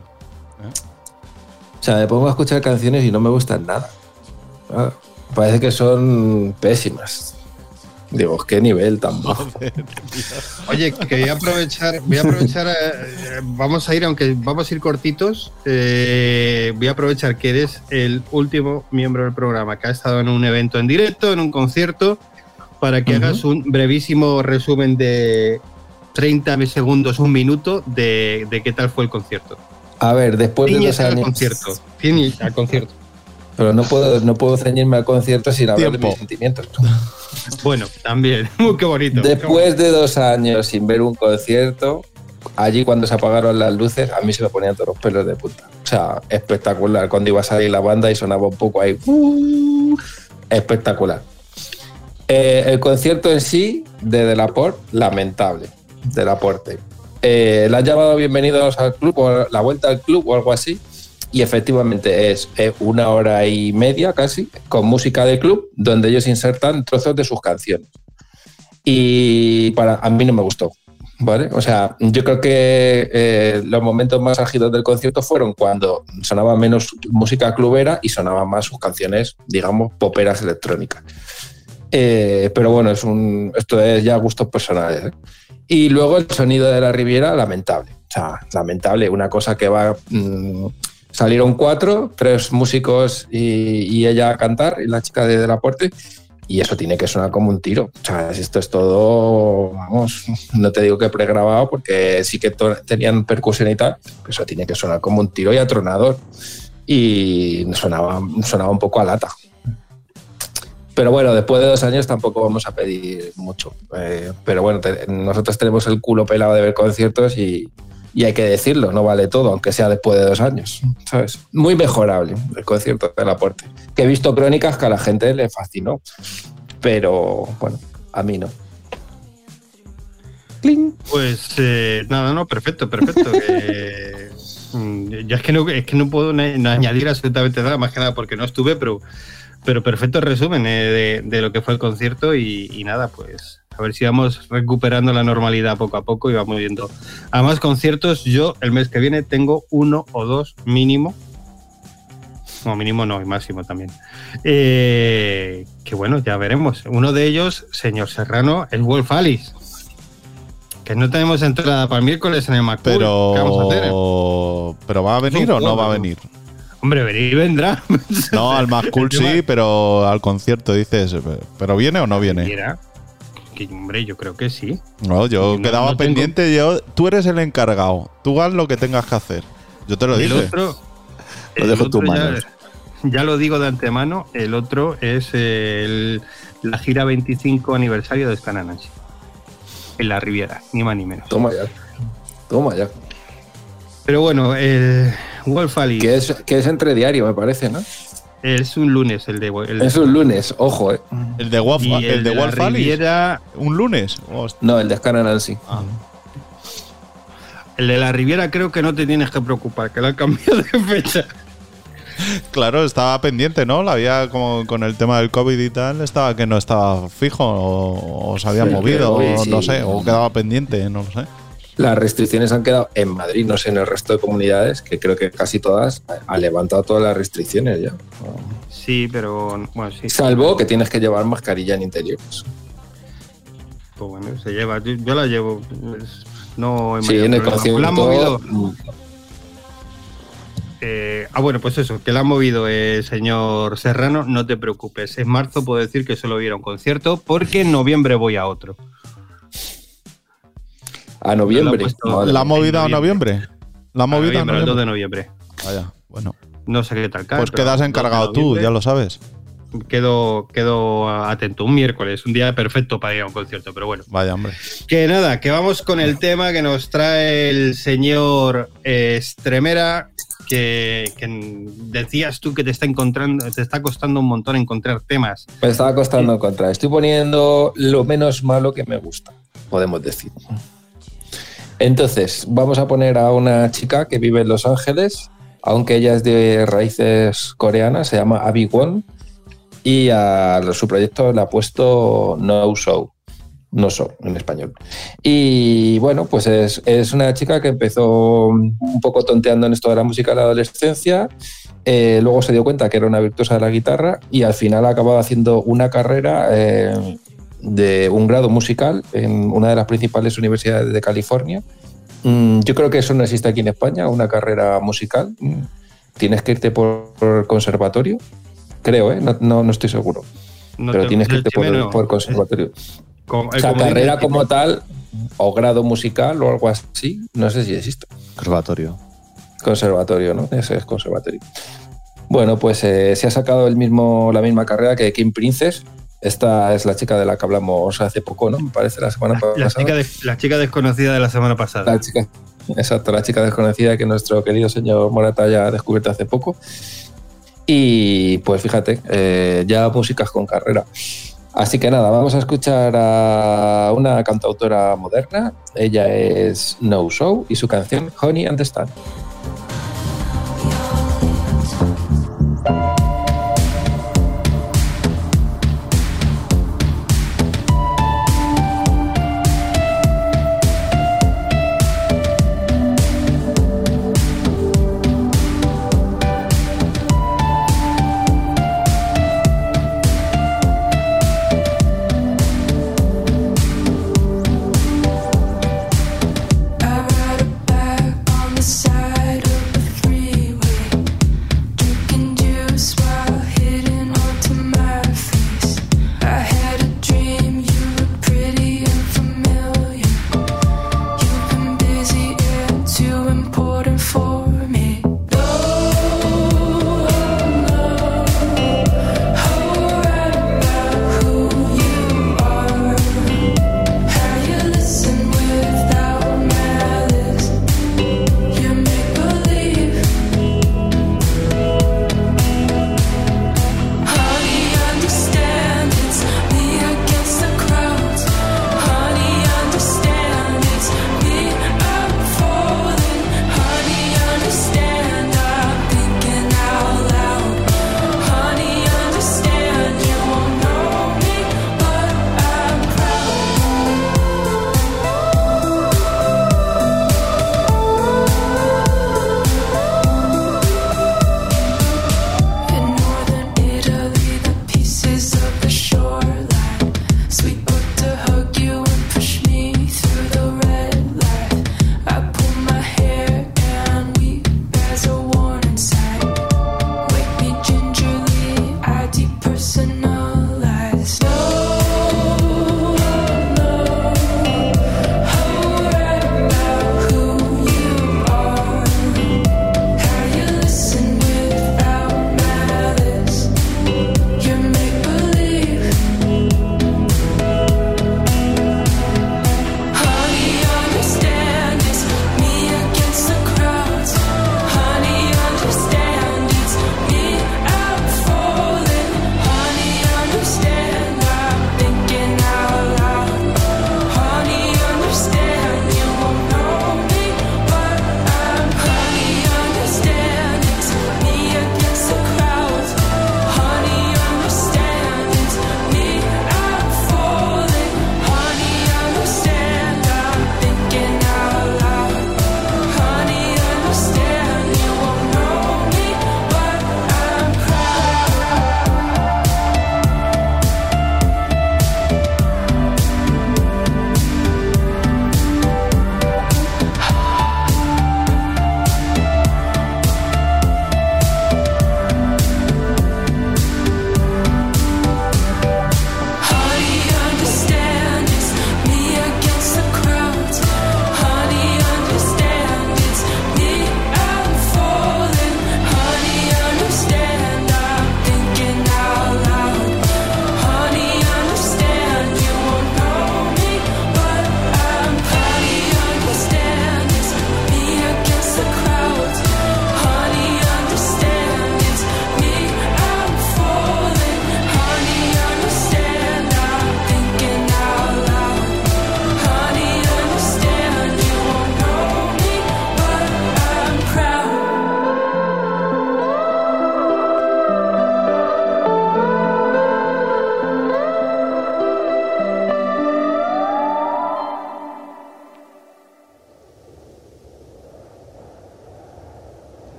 O sea, me pongo a escuchar canciones y no me gustan nada. Ah, parece que son pésimas. Digo, qué nivel tan bajo. Oye, que voy a aprovechar, voy a aprovechar, eh, vamos a ir, aunque vamos a ir cortitos, eh, voy a aprovechar que eres el último miembro del programa que ha estado en un evento en directo, en un concierto, para que Ujú. hagas un brevísimo resumen de treinta segundos, un minuto, de, de qué tal fue el concierto. A ver, después de dos Ciñete al años. concierto, ciñete al concierto. Pero no puedo, no puedo ceñirme al concierto sin hablar de Tiempo. mis sentimientos. Bueno, también, muy qué bonito. Después de dos años sin ver un concierto, allí cuando se apagaron las luces, a mí se me ponían todos los pelos de punta. O sea, espectacular. Cuando iba a salir la banda y sonaba un poco ahí. ¡uh! Espectacular. Eh, el concierto en sí, de Delaporte, lamentable. Delaporte. Eh, le han llamado bienvenidos al club o la vuelta al club o algo así. Y efectivamente es eh, una hora y media casi con música de club donde ellos insertan trozos de sus canciones. Y para a mí no me gustó, ¿vale? O sea, yo creo que eh, los momentos más álgidos del concierto fueron cuando sonaba menos música clubera y sonaban más sus canciones, digamos, poperas electrónicas. Eh, pero bueno, es un, esto es ya gustos personales, ¿eh? Y luego el sonido de la Riviera, lamentable. O sea, lamentable, una cosa que va... Mmm, salieron cuatro, tres músicos y, y ella a cantar, y la chica de Delaporte, y eso tiene que sonar como un tiro. O sea, esto es todo, vamos, no te digo que pregrabado, porque sí que to- tenían percusión y tal, pero eso tiene que sonar como un tiro y atronador. Y sonaba, sonaba un poco a lata. Pero bueno, después de dos años tampoco vamos a pedir mucho. Eh, pero bueno, te- nosotros tenemos el culo pelado de ver conciertos y, y hay que decirlo, no vale todo, aunque sea después de dos años, ¿sabes? Muy mejorable el concierto de Delaporte. Que he visto crónicas que a la gente le fascinó, pero bueno, a mí no. ¡Cling! Pues eh, nada, no, perfecto, perfecto. que, mm, ya es que no, es que no puedo na- na- añadir absolutamente nada, más que nada porque no estuve, pero, pero perfecto resumen eh, de, de lo que fue el concierto y, y nada, pues a ver si vamos recuperando la normalidad poco a poco y vamos viendo a más conciertos. Yo el mes que viene tengo uno o dos mínimo. No, mínimo no, y máximo también. Eh, que bueno, ya veremos. Uno de ellos, señor Serrano, es Wolf Alice. Que no tenemos entrada para el miércoles en el McCool. Pero, ¿Qué vamos a hacer? ¿pero va a venir o no va a venir? Hombre, venir vendrá. No, al más cool sí, pero al concierto dices, ¿pero viene o no viene? Mira, que, hombre, yo creo que sí. No, yo No, quedaba no tengo- pendiente, yo, tú eres el encargado, tú haz lo que tengas que hacer. Yo te lo El dije. otro, Lo el dejo en tus otro ya- manos. Ya, lo digo de antemano, el otro es el, la gira veinticinco aniversario de Scan and Nancy. En la Riviera, ni más ni menos. Toma ya. Toma ya. Pero bueno, eh, Wolf Alice Que es, que es entre diario, me parece, ¿no? es un lunes el de el de- Es un lunes, ojo, ¿eh? El de Wolf, y el, el de de la Wolf Alice, Riviera, un lunes. Hostia. No, el de Scan and Nancy. Ah. el de la Riviera creo que no te tienes que preocupar, que lo han cambiado de fecha. Claro, estaba pendiente, ¿no? La había como con el tema del COVID y tal, estaba que no estaba fijo o, o se había Sí, movido, pero, o sí. no sé, o quedaba pendiente, no lo sé. Las restricciones han quedado en Madrid, no sé, en el resto de comunidades, que creo que casi todas han levantado todas las restricciones ya. Sí, pero bueno, sí. Salvo que tienes que llevar mascarilla en interiores. Pues bueno, se lleva. Yo, yo la llevo. pues, no hay Sí, mayor en el problema. concierto. La han movido. eh, ah, bueno, pues eso, que la han movido, eh, señor Serrano. No te preocupes. En marzo puedo decir que solo hubiera un concierto, porque en noviembre voy a otro. A noviembre. Lo han puesto- Madre ¿La mía. movida a noviembre? ¿La A movida a noviembre, el dos noviembre? de noviembre. Vaya, bueno. No sé qué tal cae. Pues pero quedas dos de encargado tú, noviembre. ya lo sabes. quedo, quedo atento. Un miércoles, un día perfecto para ir a un concierto, pero bueno. Vaya, hombre. Que nada, que vamos con el tema que nos trae el señor eh, Estremera, que, que decías tú que te está encontrando, te está costando un montón encontrar temas. Me estaba costando encontrar. Estoy poniendo lo menos malo que me gusta, podemos decir. Entonces, vamos a poner a una chica que vive en Los Ángeles, aunque ella es de raíces coreanas, se llama Abby Won, y a su proyecto le ha puesto No Show, No Show en español. Y bueno, pues es, es una chica que empezó un poco tonteando en esto de la música en la adolescencia, eh, luego se dio cuenta que era una virtuosa de la guitarra y al final ha acabado haciendo una carrera eh, de un grado musical en una de las principales universidades de California. Mm, yo creo que eso no existe aquí en España, una carrera musical. Mm, tienes que irte por, por conservatorio, creo, ¿eh? no, no, no estoy seguro. No pero te- tienes que el irte por, chimeno. por conservatorio. Con- O sea, como dice carrera el tipo- como tal, o grado musical o algo así, no sé si existe. Conservatorio. Conservatorio, ¿no? Ese es conservatorio. Bueno, pues eh, se ha sacado el mismo, la misma carrera que Kim Princess. Esta es la chica de la que hablamos hace poco, ¿no? Me parece la semana pasada. La chica, de- la chica desconocida de la semana pasada. La chica, exacto, la chica desconocida que nuestro querido señor Morata ya ha descubierto hace poco. Y pues fíjate, eh, ya músicas con carrera. Así que nada, vamos a escuchar a una cantautora moderna. Ella es No Show y su canción Honey and the Star. I ride a bike on the side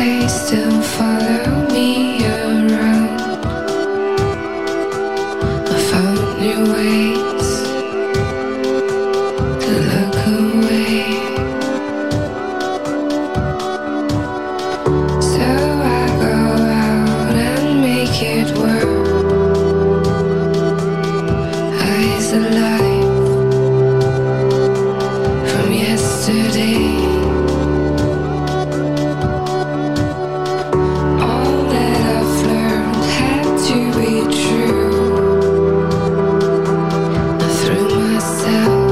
they still follow me around. I found new ways to look away. So I go out and make it work. Eyes alive from yesterday. All that I've learned had to be true. I threw myself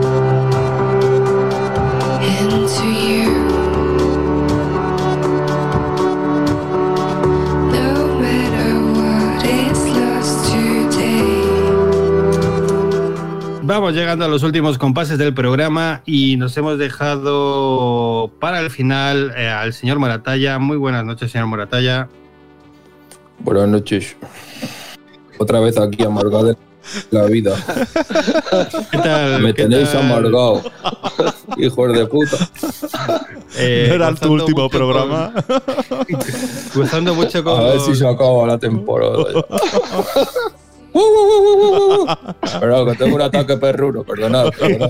into you. No matter what is lost today. Vamos llegando a los últimos compases del programa y nos hemos dejado para el final eh, al señor Moratalla. Muy buenas noches, señor Moratalla. Buenas noches. Otra vez aquí amargado de la vida. ¿Qué tal? Me ¿Qué tenéis tal? amargado. Hijos de puta. Eh, ¿No era tu gozando último mucho programa? con- gozando mucho con... A ver si se acaba la temporada. Uh, uh, uh, uh, uh. Perdón, que tengo un ataque perruno, perdonad, perdonad.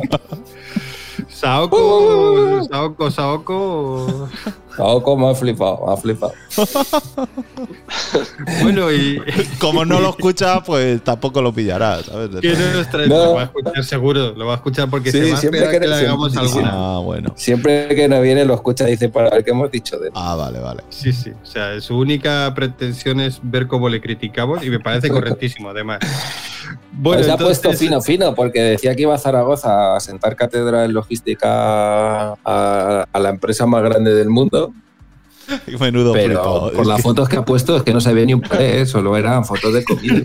Saoko, Saoko, Saoko. Saoko me ha flipado, me ha flipado. Bueno, y Como no lo escucha, pues tampoco lo pillará, ¿sabes? ¿qué nos trae? No. Lo va a escuchar seguro, lo va a escuchar porque Sí, se va a siempre esperar que- que le hagamos siempre- alguna. Ah, bueno. Siempre que no viene lo escucha y dice, para ver qué hemos dicho de él. Ah, vale, vale. Sí, sí. O sea, su única pretensión es ver cómo le criticamos y me parece correctísimo, además. Bueno, Pues se ha entonces- puesto fino, fino, porque decía que iba a Zaragoza a sentar cátedra en logística a, a la empresa más grande del mundo, Menudo pero flipado. por Es las que- fotos que ha puesto es que no se ve ni un pared, solo eran fotos de comida.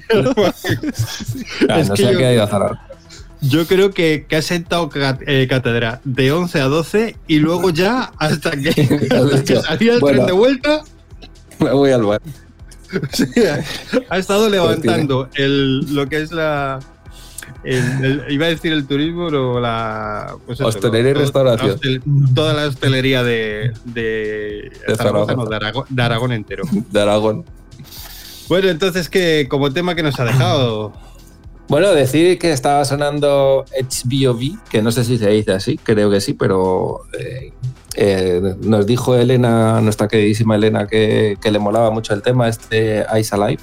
Ah, Es no que sé a yo- qué ha ido a Zaragoza. Yo creo que, que ha sentado ca- eh, cátedra de once a doce y luego ya hasta que, hasta que salía el Bueno. tren de vuelta, Me voy al bar. sí, ha, ha estado levantando el, lo que es la... el- el- iba a decir el turismo o la... Pues eso, Hostelería y todo- restauración. la hostel- toda la hostelería de, de, De Zaragoza, no, Zaragoza. de, Aragón, de Aragón entero. De Aragón. Bueno, entonces, que como tema que nos ha dejado... Bueno, decir que estaba sonando H B O V, que no sé si se dice así, creo que sí, pero eh, eh, nos dijo Elena, nuestra queridísima Elena, que, que le molaba mucho el tema, este Ice Alive,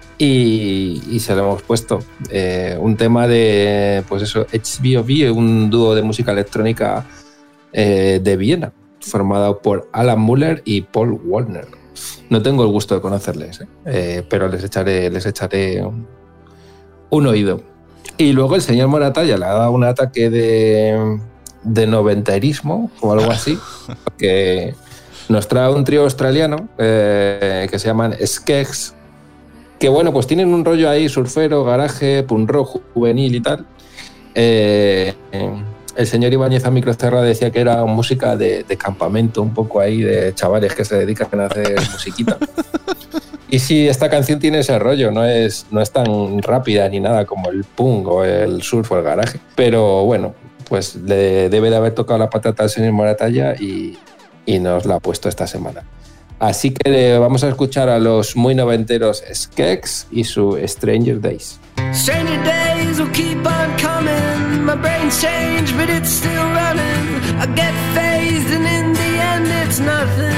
y, y se lo hemos puesto. Eh, un tema de, pues eso, H B O V, un dúo de música electrónica eh, de Viena, formado por Alan Muller y Paul Wallner. No tengo el gusto de conocerles, ¿eh? Eh, pero les echaré, les echaré un, un oído. Y luego el señor Moratalla le ha dado un ataque de, de noventerismo o algo así, porque nos trae un trío australiano eh, que se llaman Skeks, que bueno, pues tienen un rollo ahí surfero, garaje, punk rock juvenil y tal. Eh, el señor Ibáñez a microcerra decía que era música de, de campamento, un poco ahí de chavales que se dedican a hacer musiquita. Y sí, esta canción tiene ese rollo, no es, no es tan rápida ni nada como el punk o el surf o el garaje. Pero bueno, pues le debe de haber tocado la patata al señor Moratalla y, y nos la ha puesto esta semana. Así que le vamos a escuchar a los muy noventeros Skeks y su Stranger Days. Stranger days will keep on coming. My brain's changed, but it's still running. I get phased, and in the end, it's nothing.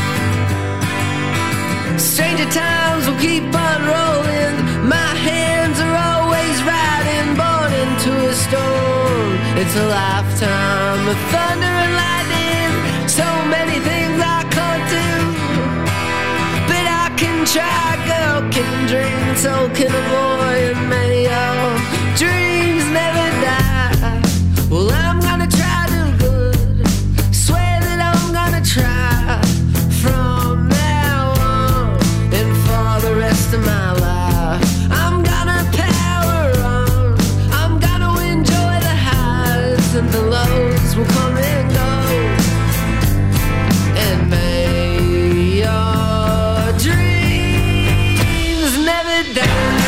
Stranger times will keep on rolling. My hands are always riding, born into a storm. It's a lifetime of thunder and lightning. So many things I can't do. But I can try, girl can dream, so can a boy, and may your dreams never die. Well, I'm gonna try to do good, swear that I'm gonna try from now on and for the rest of my life. I'm gonna power on, I'm gonna enjoy the highs and the lows will come and go. And may your dreams never die.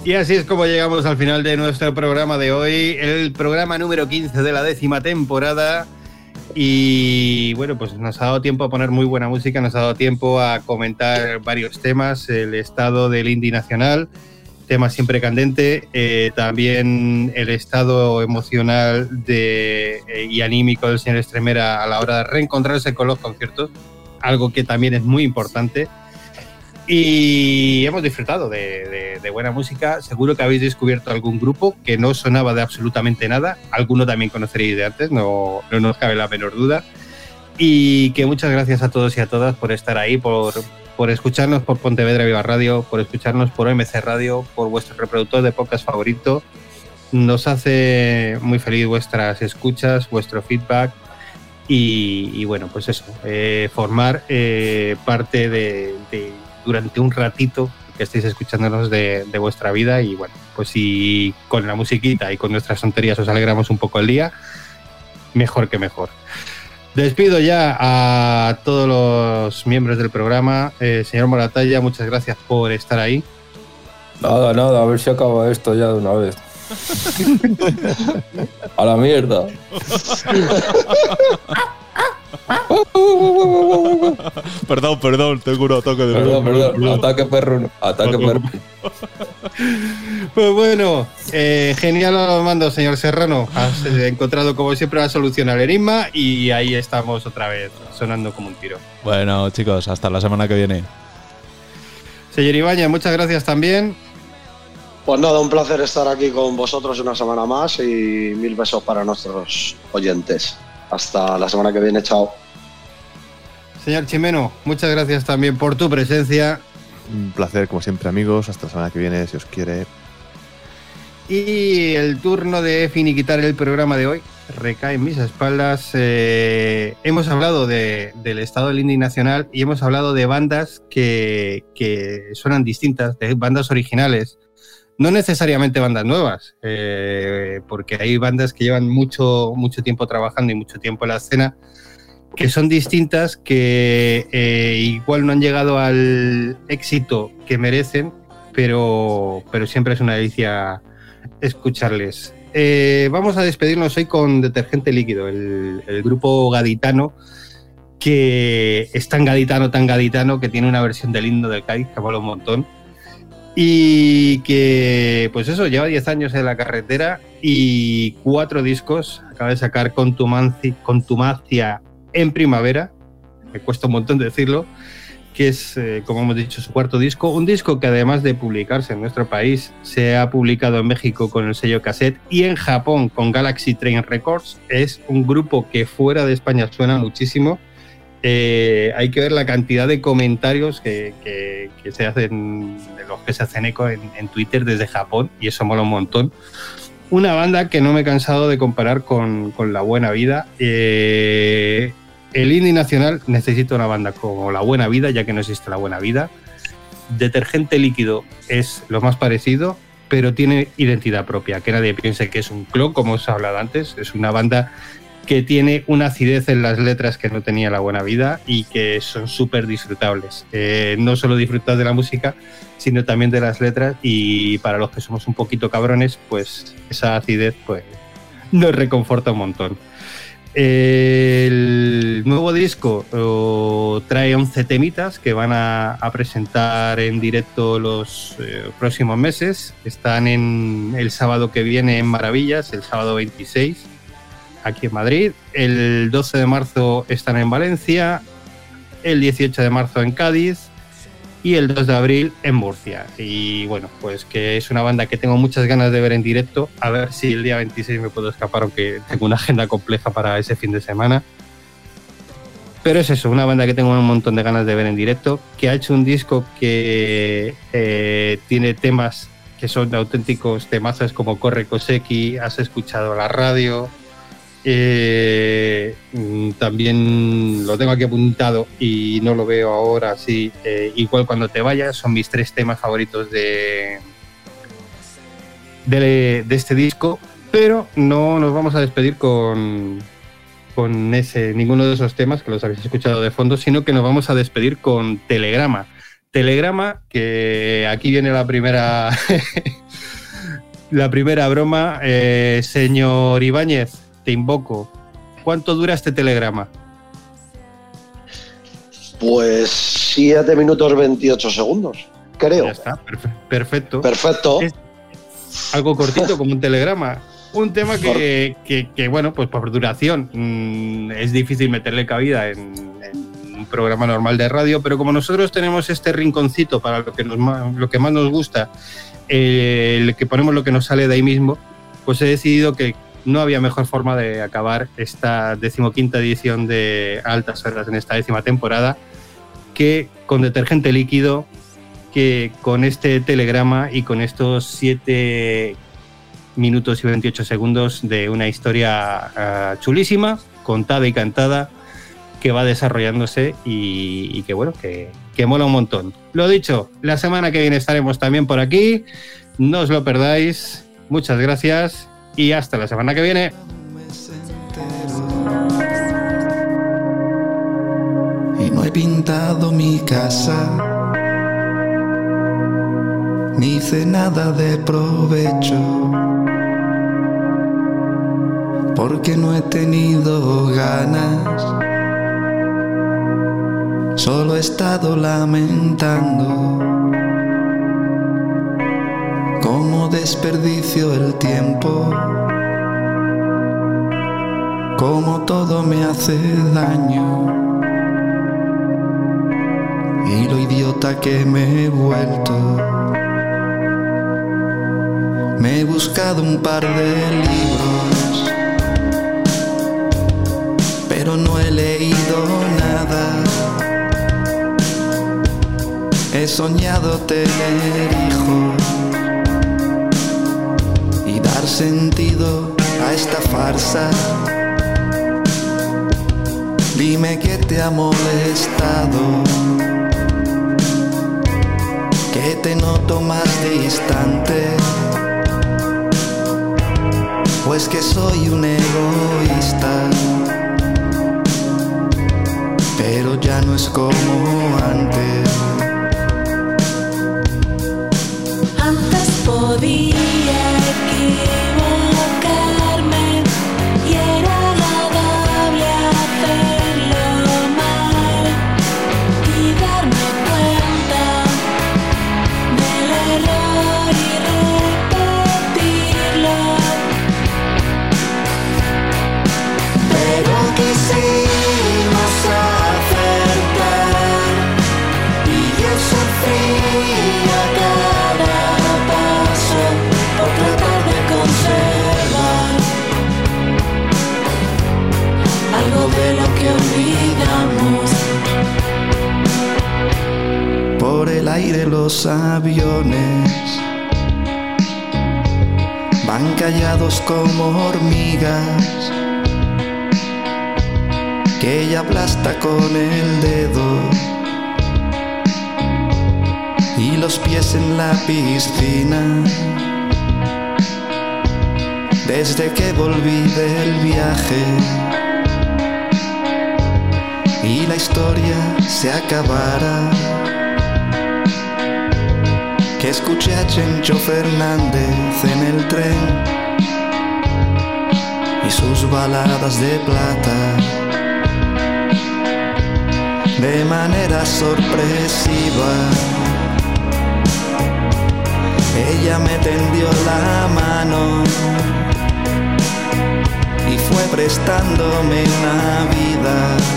Y así es como llegamos al final de nuestro programa de hoy, el programa número quince de la décima temporada. Y bueno, pues nos ha dado tiempo a poner muy buena música, nos ha dado tiempo a comentar varios temas, el estado del indie nacional, tema siempre candente, eh, también el estado emocional de, eh, y anímico del señor Estremera a la hora de reencontrarse con los conciertos, algo que también es muy importante. Y hemos disfrutado de, de, de buena música. Seguro que habéis descubierto algún grupo que no sonaba de absolutamente nada. Alguno también conoceréis de antes, no, no nos cabe la menor duda. Y que muchas gracias a todos y a todas por estar ahí, por, por escucharnos por Pontevedra Viva Radio, por escucharnos por O M C Radio, por vuestro reproductor de podcast favorito. Nos hace muy feliz vuestras escuchas, vuestro feedback. Y, y bueno, pues eso, eh, formar eh, parte de, de durante un ratito que estéis escuchándonos de, de vuestra vida. Y bueno, pues si con la musiquita y con nuestras tonterías os alegramos un poco el día, mejor que mejor. Despido ya a todos los miembros del programa. Eh, señor Moratalla, muchas gracias por estar ahí. Nada, nada, a ver si acaba esto ya de una vez. A la mierda. Perdón, perdón, tengo un ataque de Perdón, perdón, ataque perro, ataque perro. Pues bueno, eh, genial a los mandos, señor Serrano. Has eh, encontrado como siempre la solución al enigma y ahí estamos otra vez sonando como un tiro. Bueno, chicos, hasta la semana que viene. Señor Ibañez, muchas gracias también. Pues nada, un placer estar aquí con vosotros una semana más y mil besos para nuestros oyentes. Hasta la semana que viene, chao. Señor Chimeno, muchas gracias también por tu presencia. Un placer, como siempre, amigos. Hasta la semana que viene, si os quiere. Y el turno de finiquitar el programa de hoy recae en mis espaldas. Eh, hemos hablado de, del estado del indie nacional y hemos hablado de bandas que, que suenan distintas, de bandas originales. No necesariamente bandas nuevas, eh, porque hay bandas que llevan mucho, mucho tiempo trabajando y mucho tiempo en la escena, que son distintas, que eh, igual no han llegado al éxito que merecen, pero, pero siempre es una delicia escucharles. Eh, vamos a despedirnos hoy con Detergente Líquido, el, el grupo gaditano, que es tan gaditano, tan gaditano, que tiene una versión del himno del Cádiz que mola un montón. Y que, pues eso, lleva diez años en la carretera y cuatro discos. Acaba de sacar Contumacia, Contumacia en primavera, me cuesta un montón decirlo, que es, eh, como hemos dicho, su cuarto disco. Un disco que además de publicarse en nuestro país, se ha publicado en México con el sello Cassette y en Japón con Galaxy Train Records. Es un grupo que fuera de España suena muchísimo. Eh, hay que ver la cantidad de comentarios que, que, que se hacen, de los que se hacen eco en, en Twitter desde Japón, y eso mola un montón. Una banda que no me he cansado de comparar con, con La Buena Vida. Eh, el indie nacional necesita una banda como La Buena Vida, ya que no existe La Buena Vida. Detergente Líquido es lo más parecido, pero tiene identidad propia, que nadie piense que es un clon, como os he hablado antes. Es una banda que tiene una acidez en las letras que no tenía La Buena Vida y que son súper disfrutables. Eh, no solo disfrutar de la música, sino también de las letras, y para los que somos un poquito cabrones, pues esa acidez pues nos reconforta un montón. El nuevo disco oh, trae once temitas que van a, a presentar en directo los eh, próximos meses. Están en el sábado que viene en Maravillas, el sábado veintiséis, aquí en Madrid. El doce de marzo están en Valencia, el dieciocho de marzo en Cádiz y el dos de abril en Murcia. Y bueno, pues que es una banda que tengo muchas ganas de ver en directo. A ver si el día veintiséis me puedo escapar, aunque tengo una agenda compleja para ese fin de semana. Pero es eso, una banda que tengo un montón de ganas de ver en directo, que ha hecho un disco que eh, tiene temas que son auténticos temazos, como Corre Koseki, Has escuchado la radio. Eh, también lo tengo aquí apuntado y no lo veo ahora, sí. Eh, igual cuando te vayas, son mis tres temas favoritos de, de, de este disco, pero no nos vamos a despedir con, con ese, ninguno de esos temas que los habéis escuchado de fondo, sino que nos vamos a despedir con Telegrama. Telegrama, que aquí viene la primera La primera broma, eh, señor Ibáñez, te invoco. ¿Cuánto dura este telegrama? Pues siete minutos veintiocho segundos, creo. Ya está, perfe- perfecto. Perfecto. Es algo cortito como un telegrama. Un tema que, que, que, bueno, pues por duración mmm, es difícil meterle cabida en, en un programa normal de radio, pero como nosotros tenemos este rinconcito para lo que, nos, ma- lo que más nos gusta, eh, el que ponemos lo que nos sale de ahí mismo, pues he decidido que no había mejor forma de acabar esta decimoquinta edición de Altas Horas en esta décima temporada que con detergente líquido, que con este telegrama y con estos siete minutos y veintiocho segundos de una historia uh, chulísima, contada y cantada, que va desarrollándose y, y que bueno, que, que mola un montón. Lo dicho, la semana que viene estaremos también por aquí, no os lo perdáis, muchas gracias y hasta la semana que viene. Y no he pintado mi casa, ni hice nada de provecho, porque no he tenido ganas. Solo he estado lamentando cómo desperdicio el tiempo, cómo todo me hace daño y lo idiota que me he vuelto. Me he buscado un par de libros, pero no he leído nada. He soñado tener hijos y dar sentido a esta farsa. Dime que te ha molestado, que te noto más distante, pues que soy un egoísta, pero ya no es como antes. Antes podía equivocarme y era agradable hacerlo mal y darme cuenta del error y repetirlo. Pero quisimos acertar y yo sufría cada paso por tratar de conservar algo de lo que olvidamos. Por el aire los aviones van callados como hormigas que ella aplasta con el dedo, y los pies en la piscina. Desde que volví del viaje y la historia se acabara, que escuché a Chencho Fernández en el tren y sus baladas de plata. De manera sorpresiva, ella me tendió la mano y fue prestándome una vida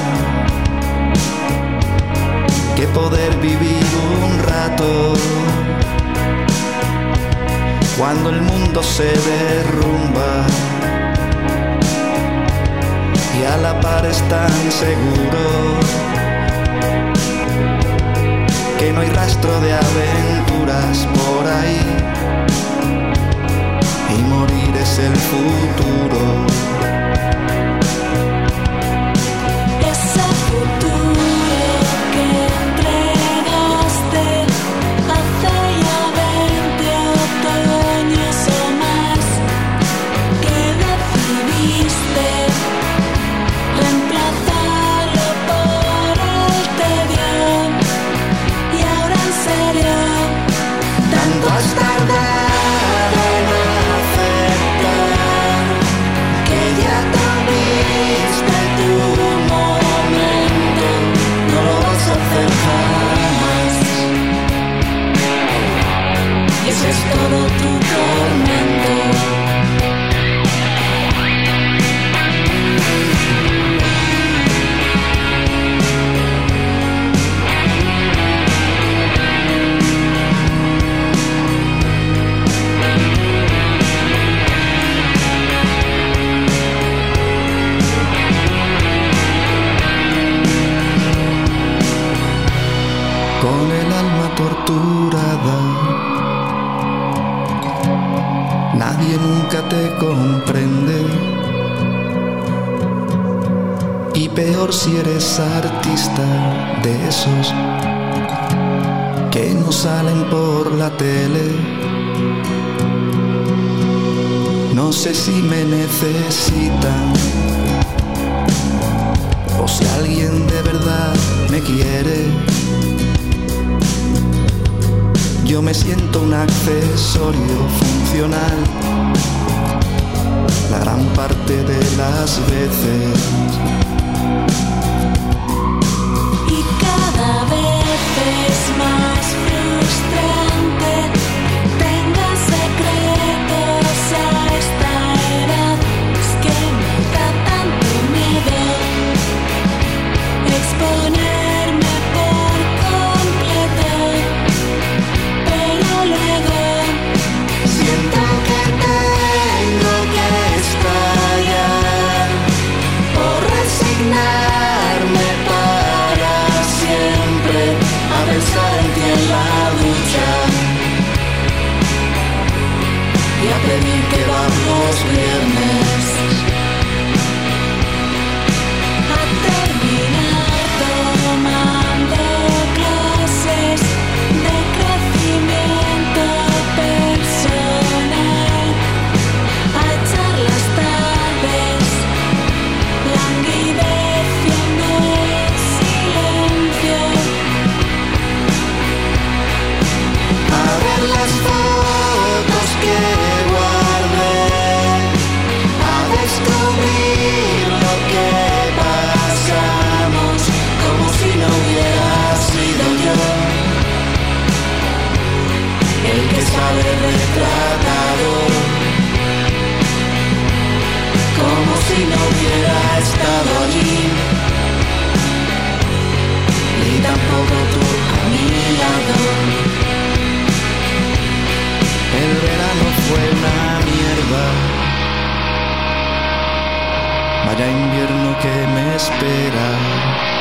que poder vivir un rato cuando el mundo se derrumba y a la par es tan seguro que no hay rastro de aventuras por ahí y morir es el futuro. Ese futuro que entregaste hace ya veinte otoños o más, que decidiste reemplazarlo por el tedio. Y ahora en serio, Tanto has tardado en apresurada. Nadie nunca te comprende. Y peor si eres artista de esos que no salen por la tele. No sé si me necesitan o si alguien de verdad me quiere. Yo me siento un accesorio funcional la gran parte de las veces. Y cada vez es más frustrante. Tengas secretos a esta edad. Es que me da tanto miedo exponerme por completo. Pero luego Siento que tengo que estallar por resignarme para siempre a pensar en ti en la ducha y a pedir que vamos los viernes a terminar tomando clases de crecimiento personal, a echar las tardes languideciendo en silencio, a ver las fotos que guardé, a descubrir lo que pasamos como si no hubiera sido yo el que sale retratado, como si no hubiera estado allí, ni tampoco tú a mi lado. El verano fue una mierda. Vaya invierno que me espera.